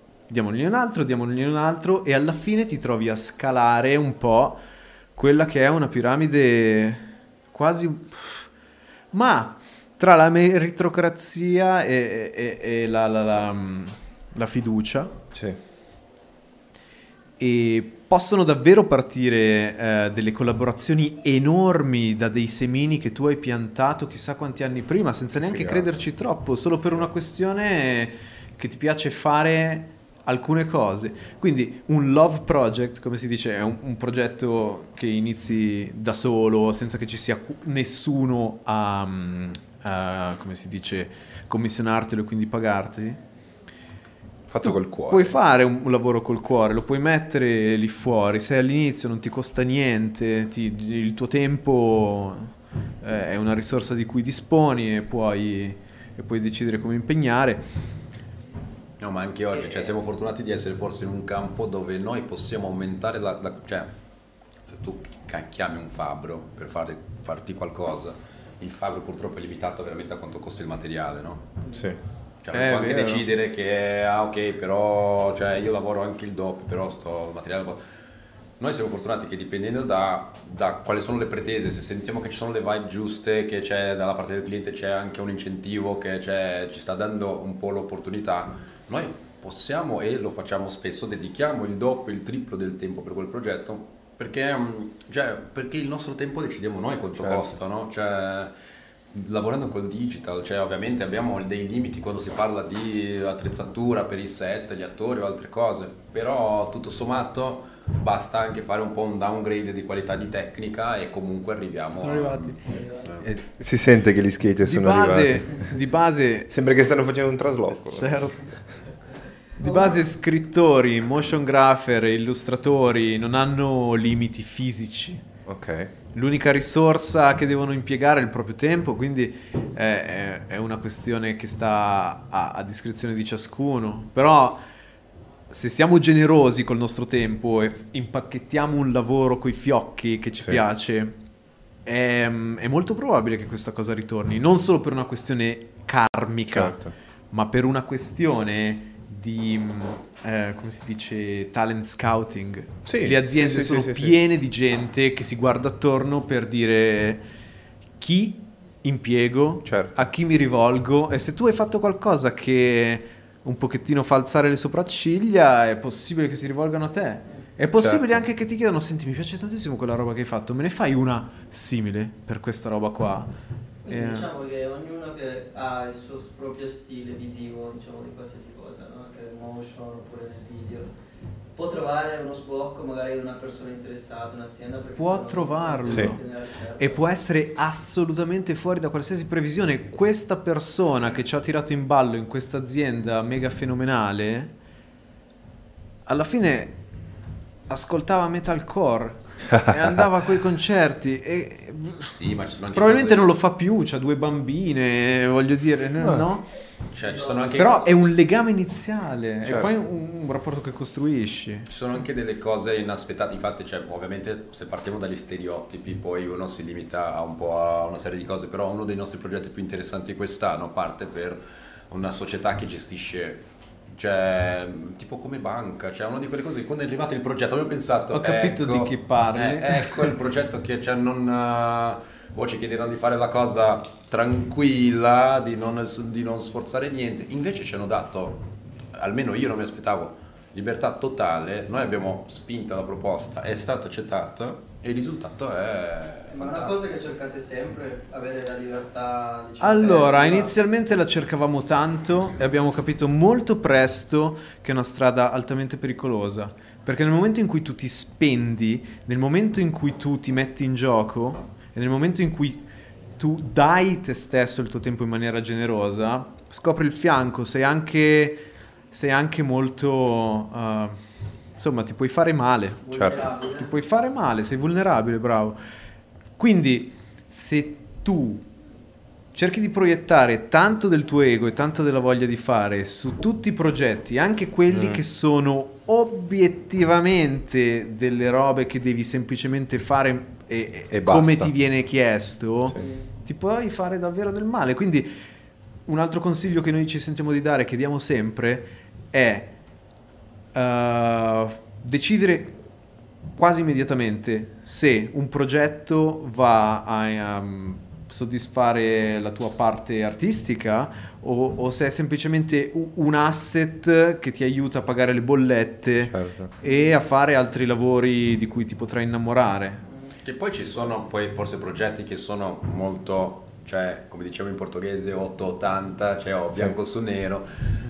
e alla fine ti trovi a scalare un po' quella che è una piramide quasi, ma tra la meritocrazia e la fiducia. Sì. E possono davvero partire delle collaborazioni enormi da dei semini che tu hai piantato chissà quanti anni prima senza neanche crederci troppo, solo per una questione che ti piace fare alcune cose. Quindi un love project, come si dice, è un progetto che inizi da solo senza che ci sia nessuno a come si dice, commissionartelo e quindi pagarti. Fatto col cuore. Puoi fare un lavoro col cuore, lo puoi mettere lì fuori, se all'inizio non ti costa niente, il tuo tempo è una risorsa di cui disponi e puoi decidere come impegnare. No, ma anche oggi, cioè, siamo fortunati di essere forse in un campo dove noi possiamo aumentare cioè, se tu chiami un fabbro per farti qualcosa, il fabbro purtroppo è limitato veramente a quanto costa il materiale, no? Sì. Cioè, puoi anche decidere che, ok, però, cioè, io lavoro anche il doppio, però sto materiale... Noi siamo fortunati che dipendendo da quali sono le pretese, se sentiamo che ci sono le vibe giuste, che c'è dalla parte del cliente c'è anche un incentivo, che ci sta dando un po' l'opportunità, noi possiamo, e lo facciamo spesso, dedichiamo il doppio, il triplo del tempo per quel progetto, perché il nostro tempo decidiamo noi quanto costa, no? Cioè, lavorando col digital, cioè ovviamente abbiamo dei limiti quando si parla di attrezzatura per i set, gli attori o altre cose, però tutto sommato basta anche fare un po' un downgrade di qualità di tecnica e comunque arriviamo. Sono arrivati. Si sente che gli skater sono arrivati. Di base sembra che stanno facendo un trasloco. Certo. Di base scrittori, motion grapher, illustratori non hanno limiti fisici. Ok. L'unica risorsa che devono impiegare è il proprio tempo, quindi è una questione che sta a discrezione di ciascuno. Però se siamo generosi col nostro tempo e impacchettiamo un lavoro coi fiocchi che ci piace, è molto probabile che questa cosa ritorni, non solo per una questione karmica, ma per una questione di come si dice, talent scouting. Le aziende sono piene di gente che si guarda attorno per dire chi impiego, a chi mi rivolgo, e se tu hai fatto qualcosa che un pochettino fa alzare le sopracciglia è possibile che si rivolgano a te. È possibile anche che ti chiedano: senti, mi piace tantissimo quella roba che hai fatto, me ne fai una simile per questa roba qua? Quindi diciamo che ognuno che ha il suo proprio stile visivo, diciamo, di qualsiasi cosa, no? Anche nel motion oppure nel video, può trovare uno sbocco magari di una persona interessata, un'azienda, perché può trovarlo, sì. E può essere assolutamente fuori da qualsiasi previsione. Questa persona che ci ha tirato in ballo in questa azienda mega fenomenale alla fine ascoltava metalcore e andava a quei concerti e Sì, ma ci sono anche probabilmente cose... non lo fa più, c'ha 2 bambine, voglio dire, no? Cioè, ci sono anche... Però è un legame iniziale, Certo. e poi un rapporto che costruisci. Ci sono anche delle cose inaspettate, infatti, cioè, ovviamente se partiamo dagli stereotipi poi uno si limita a un po' a una serie di cose, però uno dei nostri progetti più interessanti quest'anno parte per una società che gestisce, cioè tipo come banca, cioè una di quelle cose che quando è arrivato il progetto avevo pensato, Ho capito ecco, di chi parli. ecco il progetto che cioè, non... poi ci chiederanno di fare la cosa tranquilla, di non sforzare niente, invece ci hanno dato, almeno io non mi aspettavo, libertà totale, noi abbiamo spinto la proposta, è stata accettata e il risultato è Ma una fantastico. cosa che cercate sempre, avere la libertà, diciamo, Allora, creativa. inizialmente la cercavamo tanto e abbiamo capito molto presto che è una strada altamente pericolosa, perché nel momento in cui tu ti spendi, nel momento in cui tu ti metti in gioco e nel momento in cui tu dai te stesso il tuo tempo in maniera generosa, scopri il fianco, sei anche molto... insomma, ti puoi fare male. Vulnerabile. Ti puoi fare male, sei vulnerabile, bravo. Quindi, se tu cerchi di proiettare tanto del tuo ego e tanto della voglia di fare su tutti i progetti, anche quelli che sono obiettivamente delle robe che devi semplicemente fare e come basta. ti viene chiesto, Sì. ti puoi fare davvero del male. Quindi, un altro consiglio che noi ci sentiamo di dare, che diamo sempre, è decidere quasi immediatamente se un progetto va a soddisfare la tua parte artistica o se è semplicemente un asset che ti aiuta a pagare le bollette, Certo. e a fare altri lavori di cui ti potrai innamorare. Che poi ci sono poi forse progetti che sono molto, cioè come dicevo in portoghese 880, cioè o bianco su nero,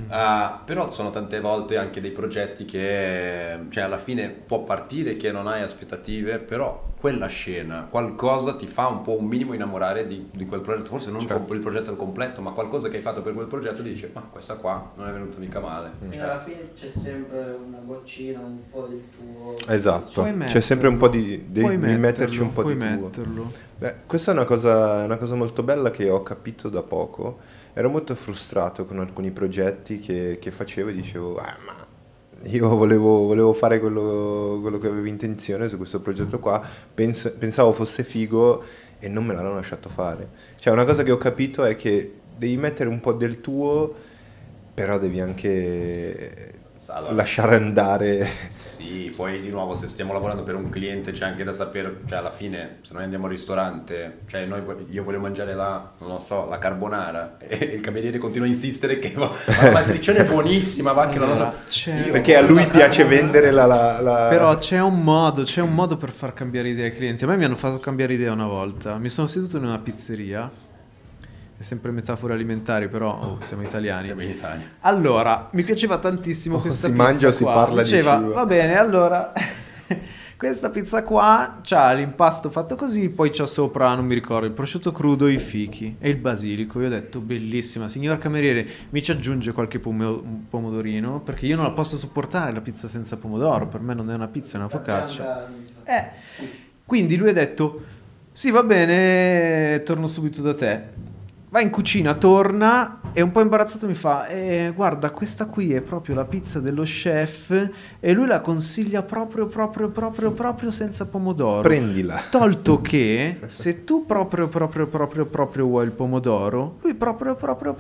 però sono tante volte anche dei progetti che cioè alla fine può partire che non hai aspettative, però quella scena, qualcosa ti fa un po' un minimo innamorare di quel progetto, forse non Certo. il progetto al completo, ma qualcosa che hai fatto per quel progetto dici, ma questa qua non è venuta mica male. E alla fine c'è sempre una goccina, un po' del tuo. Esatto, Puoi c'è sempre un po' di puoi metterci un po' puoi di tuo. metterlo. Beh, questa è una cosa molto bella che ho capito da poco. Ero molto frustrato con alcuni progetti che facevo e dicevo, ma io volevo fare quello che avevo intenzione su questo progetto qua, pensavo fosse figo e non me l'hanno lasciato fare. Cioè una cosa che ho capito è che devi mettere un po' del tuo, però devi anche Allora, lasciare andare. sì, poi di nuovo se stiamo lavorando per un cliente c'è anche da sapere, cioè alla fine se noi andiamo al ristorante, cioè io voglio mangiare non lo so, la carbonara e il cameriere continua a insistere che ma la matricione è buonissima, va che non lo so. C'è- Perché a lui piace vendere la... Però c'è un modo per far cambiare idea ai clienti. A me mi hanno fatto cambiare idea una volta. Mi sono seduto in una pizzeria, è sempre metafore alimentari, però siamo italiani. Siamo in Italia. Allora, mi piaceva tantissimo questa si pizza mangia o si qua. parla di Diceva, cibo. va bene, allora questa pizza qua c'ha l'impasto fatto così, poi c'ha sopra, non mi ricordo, il prosciutto crudo, i fichi e il basilico. Io ho detto, bellissima, signor cameriere, mi ci aggiunge qualche pomodorino, perché io non la posso sopportare la pizza senza pomodoro, per me non è una pizza, è una focaccia. Quindi lui ha detto, sì, va bene, torno subito da te. Va in cucina, torna e un po' imbarazzato mi fa, guarda, questa qui è proprio la pizza dello chef e lui la consiglia proprio senza pomodoro. Prendila. Tolto che se tu proprio vuoi il pomodoro, lui proprio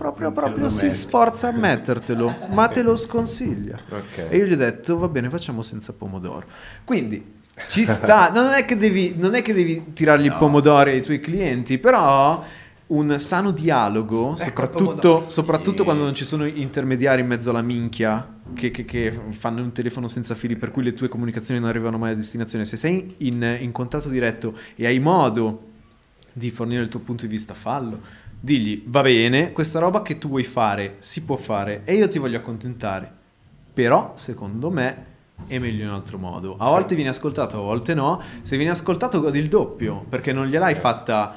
si metti. sforza a mettertelo, ma te lo sconsiglia. Ok. E io gli ho detto, va bene, facciamo senza pomodoro. Quindi ci sta, non è che devi tirargli i pomodori ai tuoi clienti, però un sano dialogo, soprattutto quando non ci sono intermediari in mezzo alla minchia che fanno un telefono senza fili, per cui le tue comunicazioni non arrivano mai a destinazione. Se sei in contatto diretto e hai modo di fornire il tuo punto di vista, fallo. Digli, va bene, questa roba che tu vuoi fare si può fare e io ti voglio accontentare, però secondo me è meglio in un altro modo. A volte viene ascoltato, a volte no. Se viene ascoltato godi il doppio, perché non gliel'hai fatta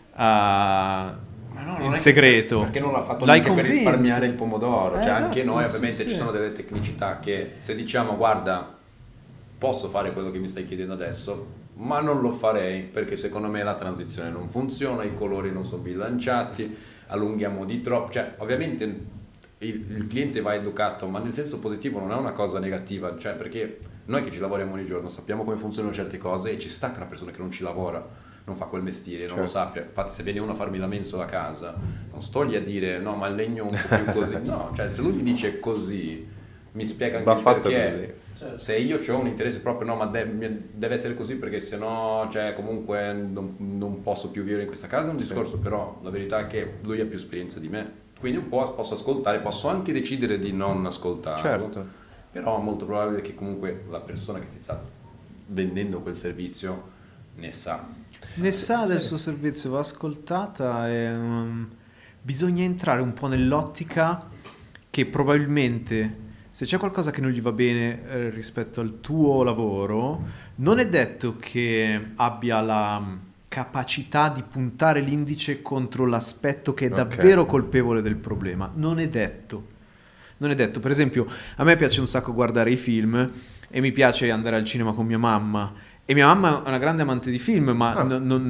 in segreto. Perché non l'ha fatto neanche per risparmiare il pomodoro. Cioè esatto, anche noi ovviamente ci sono delle tecnicità che se diciamo guarda posso fare quello che mi stai chiedendo adesso, ma non lo farei perché secondo me la transizione non funziona, i colori non sono bilanciati, allunghiamo di troppo. Cioè ovviamente il cliente va educato, ma nel senso positivo, non è una cosa negativa, cioè perché noi che ci lavoriamo ogni giorno sappiamo come funzionano certe cose e ci sta che una persona che non ci lavora non fa quel mestiere, non lo sappia. Infatti se viene uno a farmi la mensola a casa non sto lì a dire no ma il legno un po' più così, no, cioè se lui mi dice così mi spiega anche il perché. Se io ho un interesse proprio no ma deve essere così perché sennò cioè comunque non posso più vivere in questa casa, è un discorso, però la verità è che lui ha più esperienza di me, quindi un po' posso ascoltare, posso anche decidere di non ascoltarlo, però è molto probabile che comunque la persona che ti sta vendendo quel servizio ne sa del suo servizio, va ascoltata e bisogna entrare un po' nell'ottica che probabilmente se c'è qualcosa che non gli va bene rispetto al tuo lavoro, non è detto che abbia la capacità di puntare l'indice contro l'aspetto che è davvero colpevole del problema. Non è detto. Non è detto. Per esempio, a me piace un sacco guardare i film e mi piace andare al cinema con mia mamma. E mia mamma è una grande amante di film, ma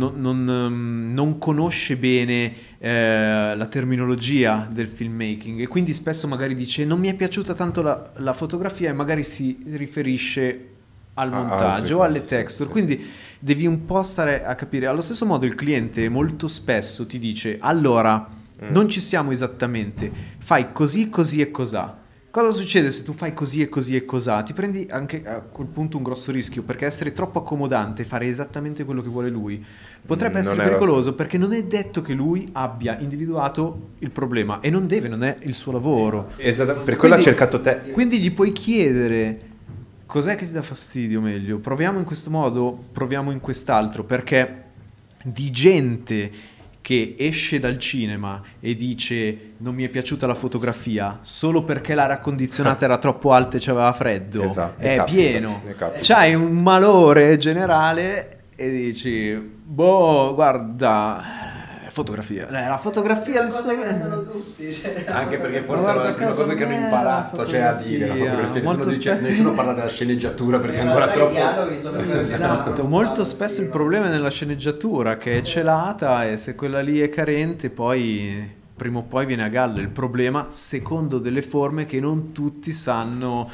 non conosce bene la terminologia del filmmaking e quindi spesso magari dice non mi è piaciuta tanto la fotografia e magari si riferisce al montaggio o alle texture, quindi devi un po' stare a capire. Allo stesso modo il cliente molto spesso ti dice allora non ci siamo esattamente, fai così, così e cos'ha. Cosa succede se tu fai così e così e cos'ha? Ti prendi anche a quel punto un grosso rischio, perché essere troppo accomodante e fare esattamente quello che vuole lui potrebbe essere pericoloso, perché non è detto che lui abbia individuato il problema e non deve, non è il suo lavoro. Esatto, per quello ha cercato te. Quindi gli puoi chiedere cos'è che ti dà fastidio, meglio, proviamo in questo modo, proviamo in quest'altro, perché di gente che esce dal cinema e dice non mi è piaciuta la fotografia solo perché l'aria condizionata era troppo alta e c'aveva freddo, è pieno, c'hai un malore generale e dici boh guarda fotografia, la fotografia tutti, cioè. Anche perché forse è la prima cosa che hanno imparato, cioè a dire la fotografia, nessuno parla della sceneggiatura perché è ancora troppo esatto, molto spesso il problema è nella sceneggiatura che è celata e se quella lì è carente poi prima o poi viene a galla il problema, secondo delle forme che non tutti sanno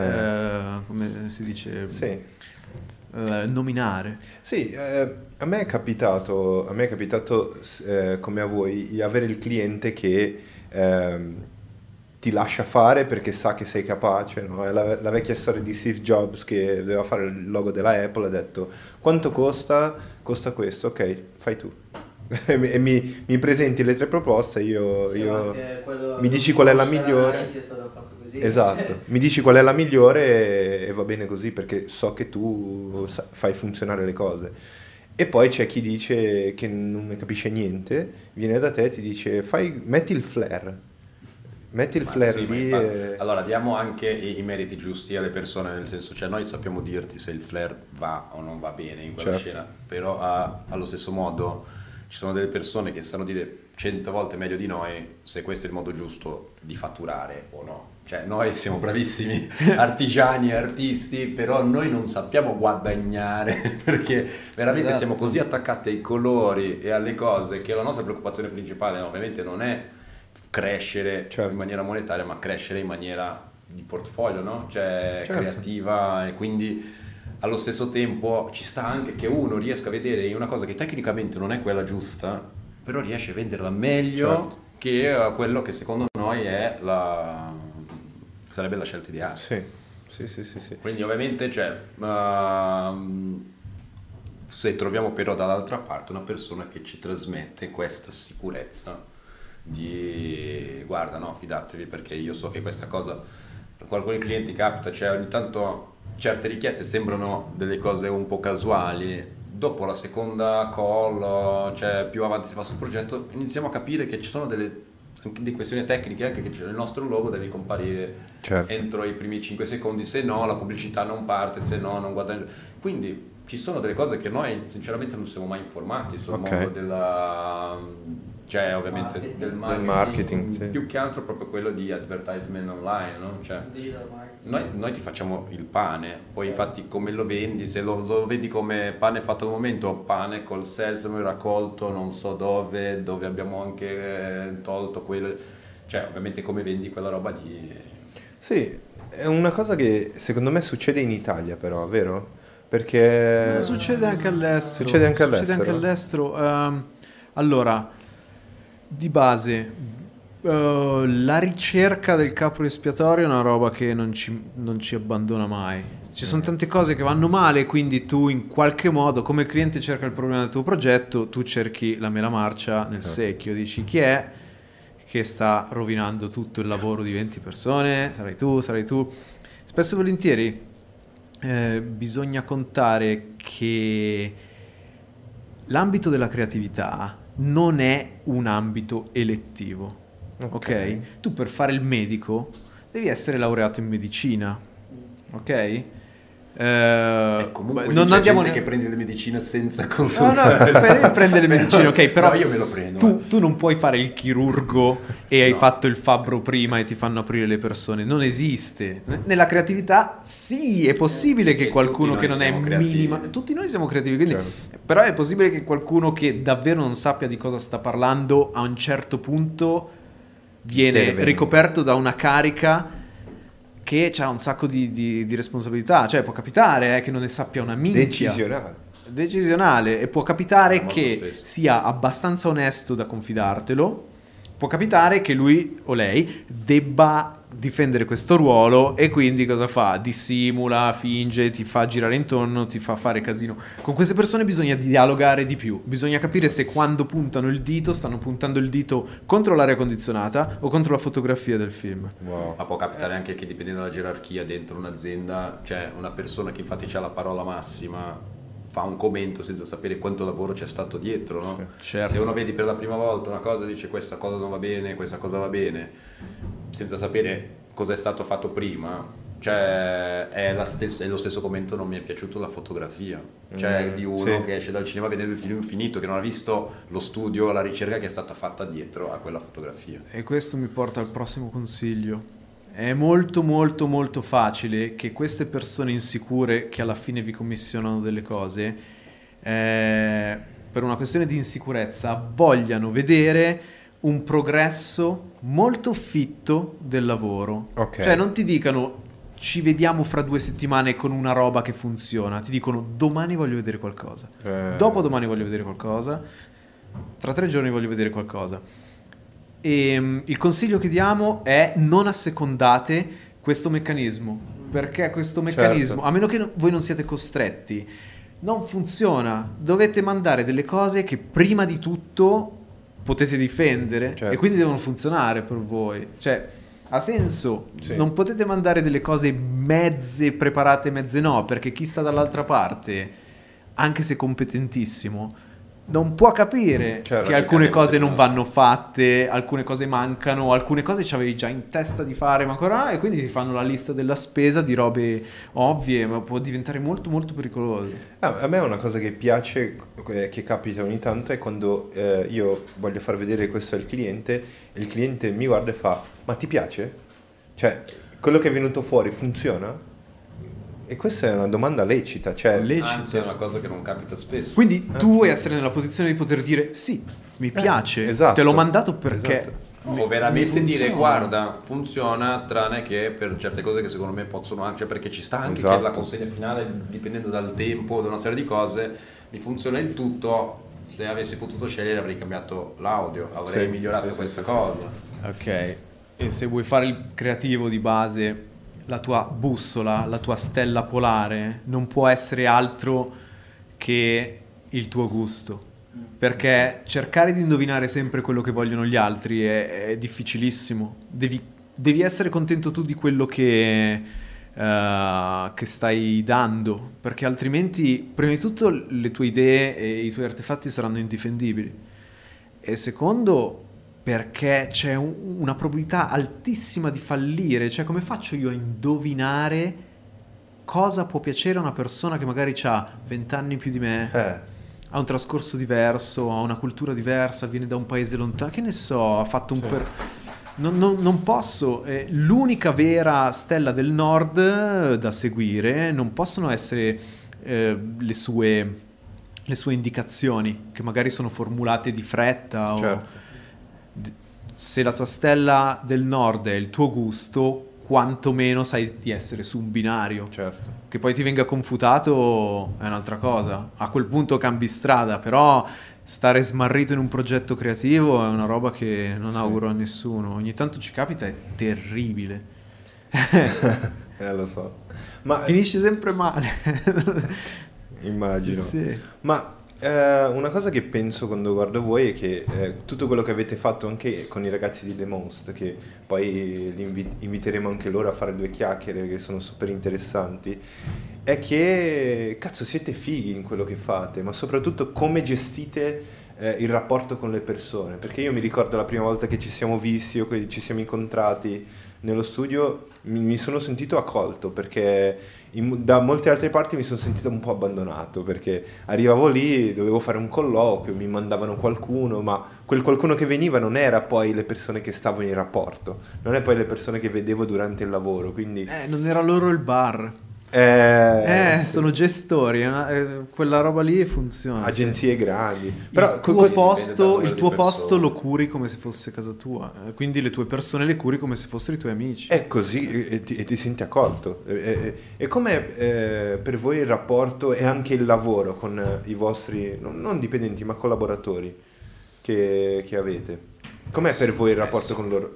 come si dice nominare. Sì, a me è capitato come a voi di avere il cliente che ti lascia fare perché sa che sei capace, no? È la vecchia storia di Steve Jobs che doveva fare il logo della Apple, ha detto quanto costa? Costa questo, ok, fai tu. E mi presenti le 3 proposte, io mi dici qual è la migliore. Esatto, mi dici qual è la migliore e va bene così perché so che tu fai funzionare le cose. E poi c'è chi dice che non ne capisce niente, viene da te e ti dice metti il flare lì Allora diamo anche i meriti giusti alle persone, nel senso, cioè noi sappiamo dirti se il flare va o non va bene in quella scena, però allo stesso modo ci sono delle persone che sanno dire 100 volte meglio di noi se questo è il modo giusto di fatturare o no. Cioè noi siamo bravissimi artigiani e artisti, però noi non sappiamo guadagnare perché veramente siamo così attaccati ai colori e alle cose che la nostra preoccupazione principale ovviamente non è crescere in maniera monetaria, ma crescere in maniera di portfolio, no? Cioè creativa, e quindi allo stesso tempo ci sta anche che uno riesca a vedere una cosa che tecnicamente non è quella giusta, però riesce a venderla meglio che quello che secondo noi è sarebbe la scelta ideale. Sì. Quindi ovviamente se troviamo però dall'altra parte una persona che ci trasmette questa sicurezza di guarda no, fidatevi perché io so che questa cosa con alcuni clienti capita, cioè ogni tanto certe richieste sembrano delle cose un po' casuali, dopo la seconda call, cioè più avanti si va sul progetto, iniziamo a capire che ci sono delle di questioni tecniche, anche che nel nostro logo devi comparire entro i primi 5 secondi, se no la pubblicità non parte, se no non guadagni. Quindi ci sono delle cose che noi sinceramente non siamo mai informati sul mondo della, cioè ovviamente del marketing più che altro proprio quello di advertisement online, no? Cioè, noi ti facciamo il pane, poi infatti come lo vendi, se lo vedi come pane fatto al momento, pane col sesamo raccolto non so dove abbiamo anche tolto quello, cioè ovviamente come vendi quella roba lì. Sì, è una cosa che secondo me succede in Italia però, vero? Perché succede anche all'estero. Succede anche all'estero. Allora, di base, la ricerca del capro espiatorio è una roba che non ci abbandona mai. Ci sono tante cose che vanno male, quindi tu in qualche modo, come il cliente cerca il problema del tuo progetto, tu cerchi la mela marcia nel secchio, dici chi è che sta rovinando tutto il lavoro di 20 persone, sarai tu. Spesso e volentieri bisogna contare che l'ambito della creatività non è un ambito elettivo, ok? Tu per fare il medico devi essere laureato in medicina, ok? Comunque non c'è gente che prende le medicine senza consultare. No, prende le medicine, ok, però io me lo prendo. Tu non puoi fare il chirurgo e hai fatto il fabbro prima e ti fanno aprire le persone, non esiste. Nella creatività sì, è possibile che qualcuno che non è minima, tutti noi siamo creativi, quindi però è possibile che qualcuno che davvero non sappia di cosa sta parlando a un certo punto viene ricoperto da una carica che ha un sacco di responsabilità, cioè può capitare che non ne sappia una minchia. Decisionale, e può capitare che sia abbastanza onesto da confidartelo, può capitare che lui o lei debba difendere questo ruolo e quindi cosa fa? Dissimula, finge, ti fa girare intorno, ti fa fare casino. Con queste persone bisogna dialogare di più, bisogna capire se quando puntano il dito stanno puntando il dito contro l'aria condizionata o contro la fotografia del film. Ma può capitare anche che dipendendo dalla gerarchia dentro un'azienda, cioè una persona che infatti ha la parola massima fa un commento senza sapere quanto lavoro c'è stato dietro, no? Certo. Se uno vedi per la prima volta una cosa, dice questa cosa non va bene, questa cosa va bene, senza sapere cosa è stato fatto prima, cioè è lo stesso commento non mi è piaciuto la fotografia, cioè di uno che esce dal cinema vedendo il film finito, che non ha visto lo studio, la ricerca che è stata fatta dietro a quella fotografia. E questo mi porta al prossimo consiglio. È molto molto molto facile che queste persone insicure che alla fine vi commissionano delle cose per una questione di insicurezza vogliano vedere un progresso molto fitto del lavoro. Cioè non ti dicano ci vediamo fra 2 settimane con una roba che funziona, ti dicono domani voglio vedere qualcosa, dopodomani voglio vedere qualcosa, tra 3 giorni voglio vedere qualcosa. E il consiglio che diamo è non assecondate questo meccanismo, perché questo meccanismo, a meno che voi non siate costretti, non funziona. Dovete mandare delle cose che prima di tutto potete difendere e quindi devono funzionare per voi, cioè ha senso. Non potete mandare delle cose mezze preparate, mezze no, perché chi sta dall'altra parte, anche se competentissimo, non può capire che alcune cose non vanno fatte, alcune cose mancano, alcune cose ci avevi già in testa di fare, ma ancora, e quindi ti fanno la lista della spesa di robe ovvie, ma può diventare molto molto pericoloso. A me è una cosa che piace, che capita ogni tanto, è quando io voglio far vedere questo al cliente e il cliente mi guarda e fa: ma ti piace? Cioè, quello che è venuto fuori funziona? E questa è una domanda lecita, Anzi, è una cosa che non capita spesso. Quindi tu vuoi essere nella posizione di poter dire sì, mi piace, te l'ho mandato perché... O veramente dire guarda, funziona, tranne che per certe cose che secondo me possono anche, perché ci sta anche che la consegna finale, dipendendo dal tempo, da una serie di cose, mi funziona il tutto. Se avessi potuto scegliere avrei cambiato l'audio, avrei migliorato questa cosa. Ok, e se vuoi fare il creativo di base, la tua bussola, la tua stella polare non può essere altro che il tuo gusto, perché cercare di indovinare sempre quello che vogliono gli altri è difficilissimo. Devi essere contento tu di quello che stai dando, perché altrimenti prima di tutto le tue idee e i tuoi artefatti saranno indifendibili, e secondo perché c'è una probabilità altissima di fallire. Cioè, come faccio io a indovinare cosa può piacere a una persona che magari ha 20 anni più di me, ha un trascorso diverso, ha una cultura diversa, viene da un paese lontano, che ne so, ha fatto un non posso, l'unica vera stella del nord da seguire non possono essere le sue indicazioni, che magari sono formulate di fretta. Se la tua stella del nord è il tuo gusto, quantomeno sai di essere su un binario. Certo. Che poi ti venga confutato è un'altra cosa. A quel punto cambi strada, però stare smarrito in un progetto creativo è una roba che non auguro a nessuno. Ogni tanto ci capita, è terribile. Lo so. Ma finisce sempre male. Immagino. Sì. Ma una cosa che penso quando guardo voi è che tutto quello che avete fatto anche con i ragazzi di The Most, che poi li inviteremo anche loro a fare 2 chiacchiere che sono super interessanti, è che cazzo siete fighi in quello che fate, ma soprattutto come gestite il rapporto con le persone, perché io mi ricordo la prima volta che ci siamo visti o che ci siamo incontrati nello studio, mi sono sentito accolto, perché da molte altre parti mi sono sentito un po' abbandonato, perché arrivavo lì, dovevo fare un colloquio, mi mandavano qualcuno, ma quel qualcuno che veniva non era poi le persone che stavano in rapporto, non è poi le persone che vedevo durante il lavoro, quindi non era loro il bar. Sono gestori, quella roba lì funziona. Agenzie grandi. Però il tuo posto lo curi come se fosse casa tua, quindi le tue persone le curi come se fossero i tuoi amici. È così e ti senti accolto. E com'è per voi il rapporto e anche il lavoro con i vostri, non dipendenti ma collaboratori che avete? Com'è per voi il rapporto con loro?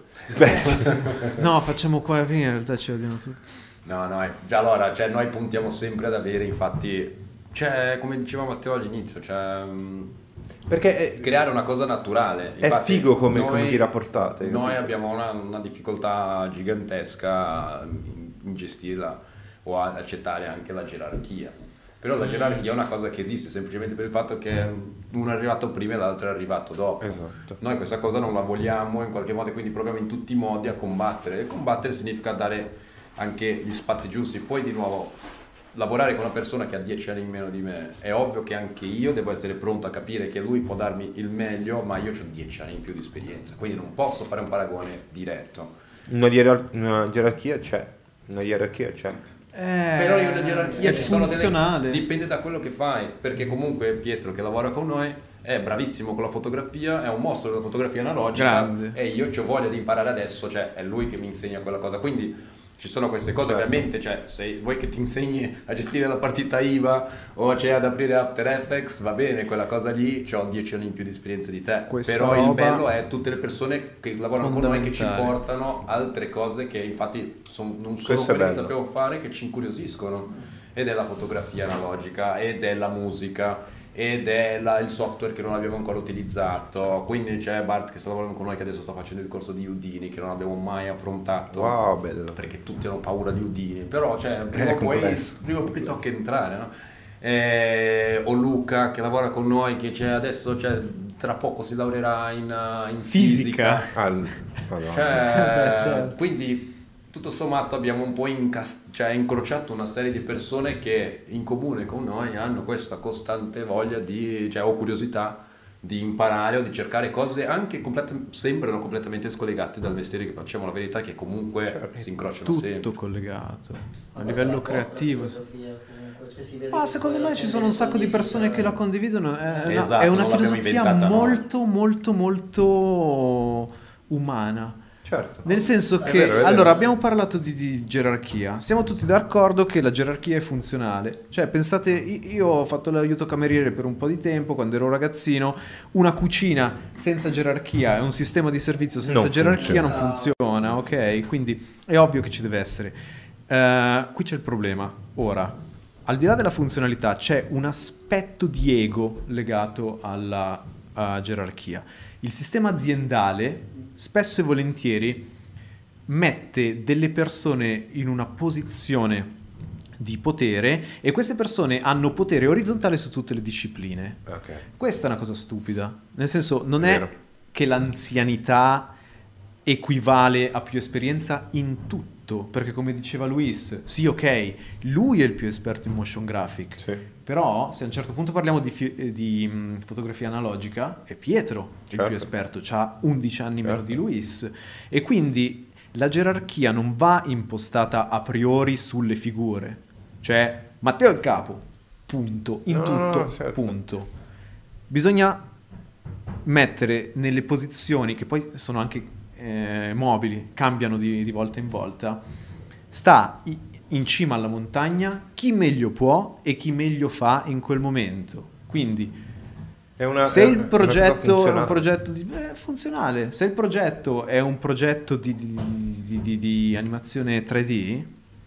No, facciamo qua in realtà ci odiano tutti. No, allora, cioè, noi puntiamo sempre ad avere, infatti, cioè, come diceva Matteo all'inizio, cioè, perché creare una cosa naturale. Infatti, è figo come vi rapportate. Noi abbiamo una difficoltà gigantesca in gestirla o ad accettare anche la gerarchia. Però la gerarchia è una cosa che esiste semplicemente per il fatto che uno è arrivato prima e l'altro è arrivato dopo. Esatto. Noi questa cosa non la vogliamo in qualche modo, quindi proviamo in tutti i modi a combattere. E combattere significa dare anche gli spazi giusti. Poi di nuovo lavorare con una persona che ha 10 anni in meno di me, è ovvio che anche io devo essere pronto a capire che lui può darmi il meglio, ma io ho 10 anni in più di esperienza, quindi non posso fare un paragone diretto. Una gerarchia c'è. Però una gerarchia è funzionale. Dipende da quello che fai, perché comunque Pietro che lavora con noi è bravissimo con la fotografia, è un mostro della fotografia analogica. Grande. E io ho voglia di imparare adesso, cioè è lui che mi insegna quella cosa, quindi ci sono queste cose. Certo. Ovviamente, cioè, se vuoi che ti insegni a gestire la partita IVA o cioè ad aprire After Effects, va bene, quella cosa lì, ho 10 anni in più di esperienza di te. Però il bello è tutte le persone che lavorano con noi che ci portano altre cose che infatti non sono quelle che sappiamo fare, che ci incuriosiscono, ed è la fotografia analogica, ed è la musica, ed è il software che non abbiamo ancora utilizzato. Quindi c'è Bart che sta lavorando con noi, che adesso sta facendo il corso di Houdini, che non abbiamo mai affrontato. Wow, bello. Perché tutti hanno paura di Houdini, però cioè, prima o poi tocca entrare, no? O Luca che lavora con noi, che adesso tra poco si laureerà in fisica. Certo. Quindi tutto sommato abbiamo un po' incrociato una serie di persone che in comune con noi hanno questa costante voglia o curiosità di imparare o di cercare cose anche sembrano completamente scollegate dal mestiere che facciamo. La verità è che comunque si incrociano tutto sempre. Tutto collegato a livello creativo. Secondo me ci sono un sacco di persone che la condividono. È una filosofia molto umana. Certo. Nel senso che allora abbiamo parlato di gerarchia, siamo tutti d'accordo che la gerarchia è funzionale. Cioè pensate, io ho fatto l'aiuto cameriere per un po' di tempo quando ero ragazzino. Una cucina senza gerarchia è un sistema di servizio senza gerarchia non funziona, ok? Quindi è ovvio che ci deve essere. Qui c'è il problema. Ora, al di là della funzionalità c'è un aspetto di ego legato alla gerarchia. Il sistema aziendale spesso e volentieri mette delle persone in una posizione di potere e queste persone hanno potere orizzontale su tutte le discipline. Okay. Questa è una cosa stupida, nel senso non è che l'anzianità equivale a più esperienza in tutto, perché come diceva Luis, sì, ok, lui è il più esperto in motion graphic, Sì. però se a un certo punto parliamo di fotografia analogica, è Pietro il più esperto, ha 11 anni meno di Luis, e quindi la gerarchia non va impostata a priori sulle figure, cioè Matteo è il capo, punto, in tutto, punto. Bisogna mettere nelle posizioni che poi sono anche mobili, cambiano di volta in volta, sta in cima alla montagna chi meglio può e chi meglio fa in quel momento. Quindi se il progetto è un progetto funzionale, se il progetto è un progetto di animazione 3D,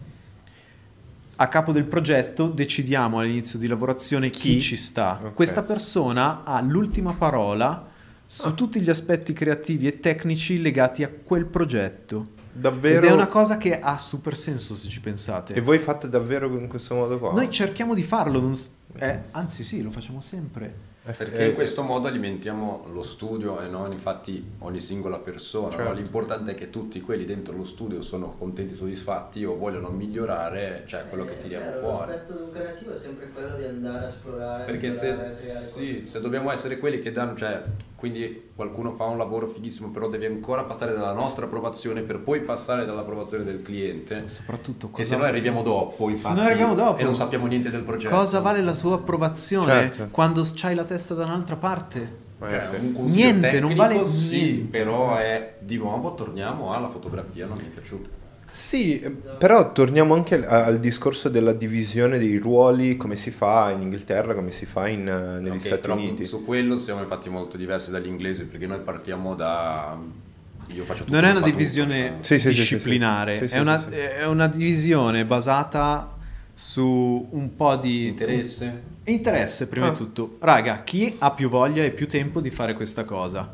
a capo del progetto decidiamo all'inizio di lavorazione chi ci sta. Okay. Questa persona ha l'ultima parola su tutti gli aspetti creativi e tecnici legati a quel progetto. Davvero? Ed è una cosa che ha super senso se ci pensate. E voi fate davvero in questo modo qua? Noi cerchiamo di farlo, anzi sì, lo facciamo sempre. Perché in questo modo alimentiamo lo studio e non infatti ogni singola persona. Certo. No? L'importante è che tutti quelli dentro lo studio sono contenti, soddisfatti o vogliono migliorare, cioè quello che tiriamo fuori. L'aspetto di un creativo è sempre quello di andare a esplorare, perché creare se dobbiamo essere quelli che danno, cioè quindi qualcuno fa un lavoro fighissimo però deve ancora passare dalla nostra approvazione per poi passare dall'approvazione del cliente. Soprattutto e se noi arriviamo dopo, infatti, e non sappiamo niente del progetto, cosa vale la tua approvazione quando c'hai la testa da un'altra parte? Niente, non vale niente. Però è di nuovo torniamo alla fotografia, non mi è piaciuta. Sì, però torniamo anche al discorso della divisione dei ruoli, come si fa in Inghilterra, come si fa negli Stati Uniti. Su quello siamo infatti molto diversi dagli inglesi, perché noi partiamo da... Io faccio tutto, non è una divisione disciplinare, è una divisione basata su un po' di interesse prima di tutto. Raga, chi ha più voglia e più tempo di fare questa cosa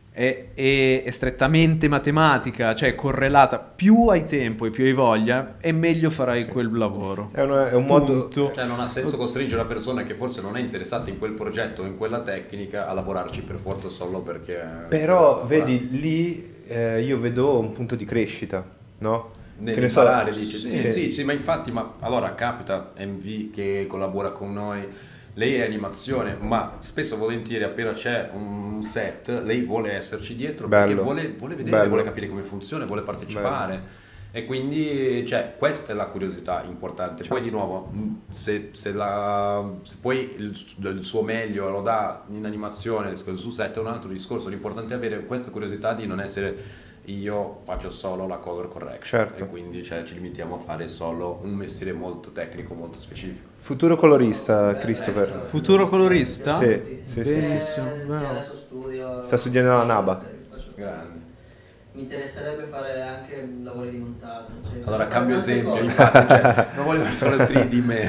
è strettamente matematica, cioè correlata. Più hai tempo e più hai voglia e meglio farai quel lavoro. È un modo, cioè non ha senso costringere una persona che forse non è interessata in quel progetto o in quella tecnica a lavorarci per forza solo perché... Però vedi lì io vedo un punto di crescita, no? Nell'imparare, dice. Sì, ma infatti, allora capita MV che collabora con noi, lei è animazione, ma spesso volentieri appena c'è un set, lei vuole esserci dietro, perché vuole vedere, vuole capire come funziona, vuole partecipare. Bello. E quindi, cioè, questa è la curiosità importante. Poi di nuovo, se poi il suo meglio lo dà in animazione su set è un altro discorso. L'importante è avere questa curiosità di non essere... Io faccio solo la color correction e quindi ci limitiamo a fare solo un mestiere molto tecnico, molto specifico. Futuro colorista, Christopher. Futuro colorista? Sì. Benissimo. Adesso studio. Sta studiando alla NABA. Grande. Mi interesserebbe fare anche lavori di montaggio. Cioè allora cambio esempio, infatti, cioè, non voglio fare solo il 3D me.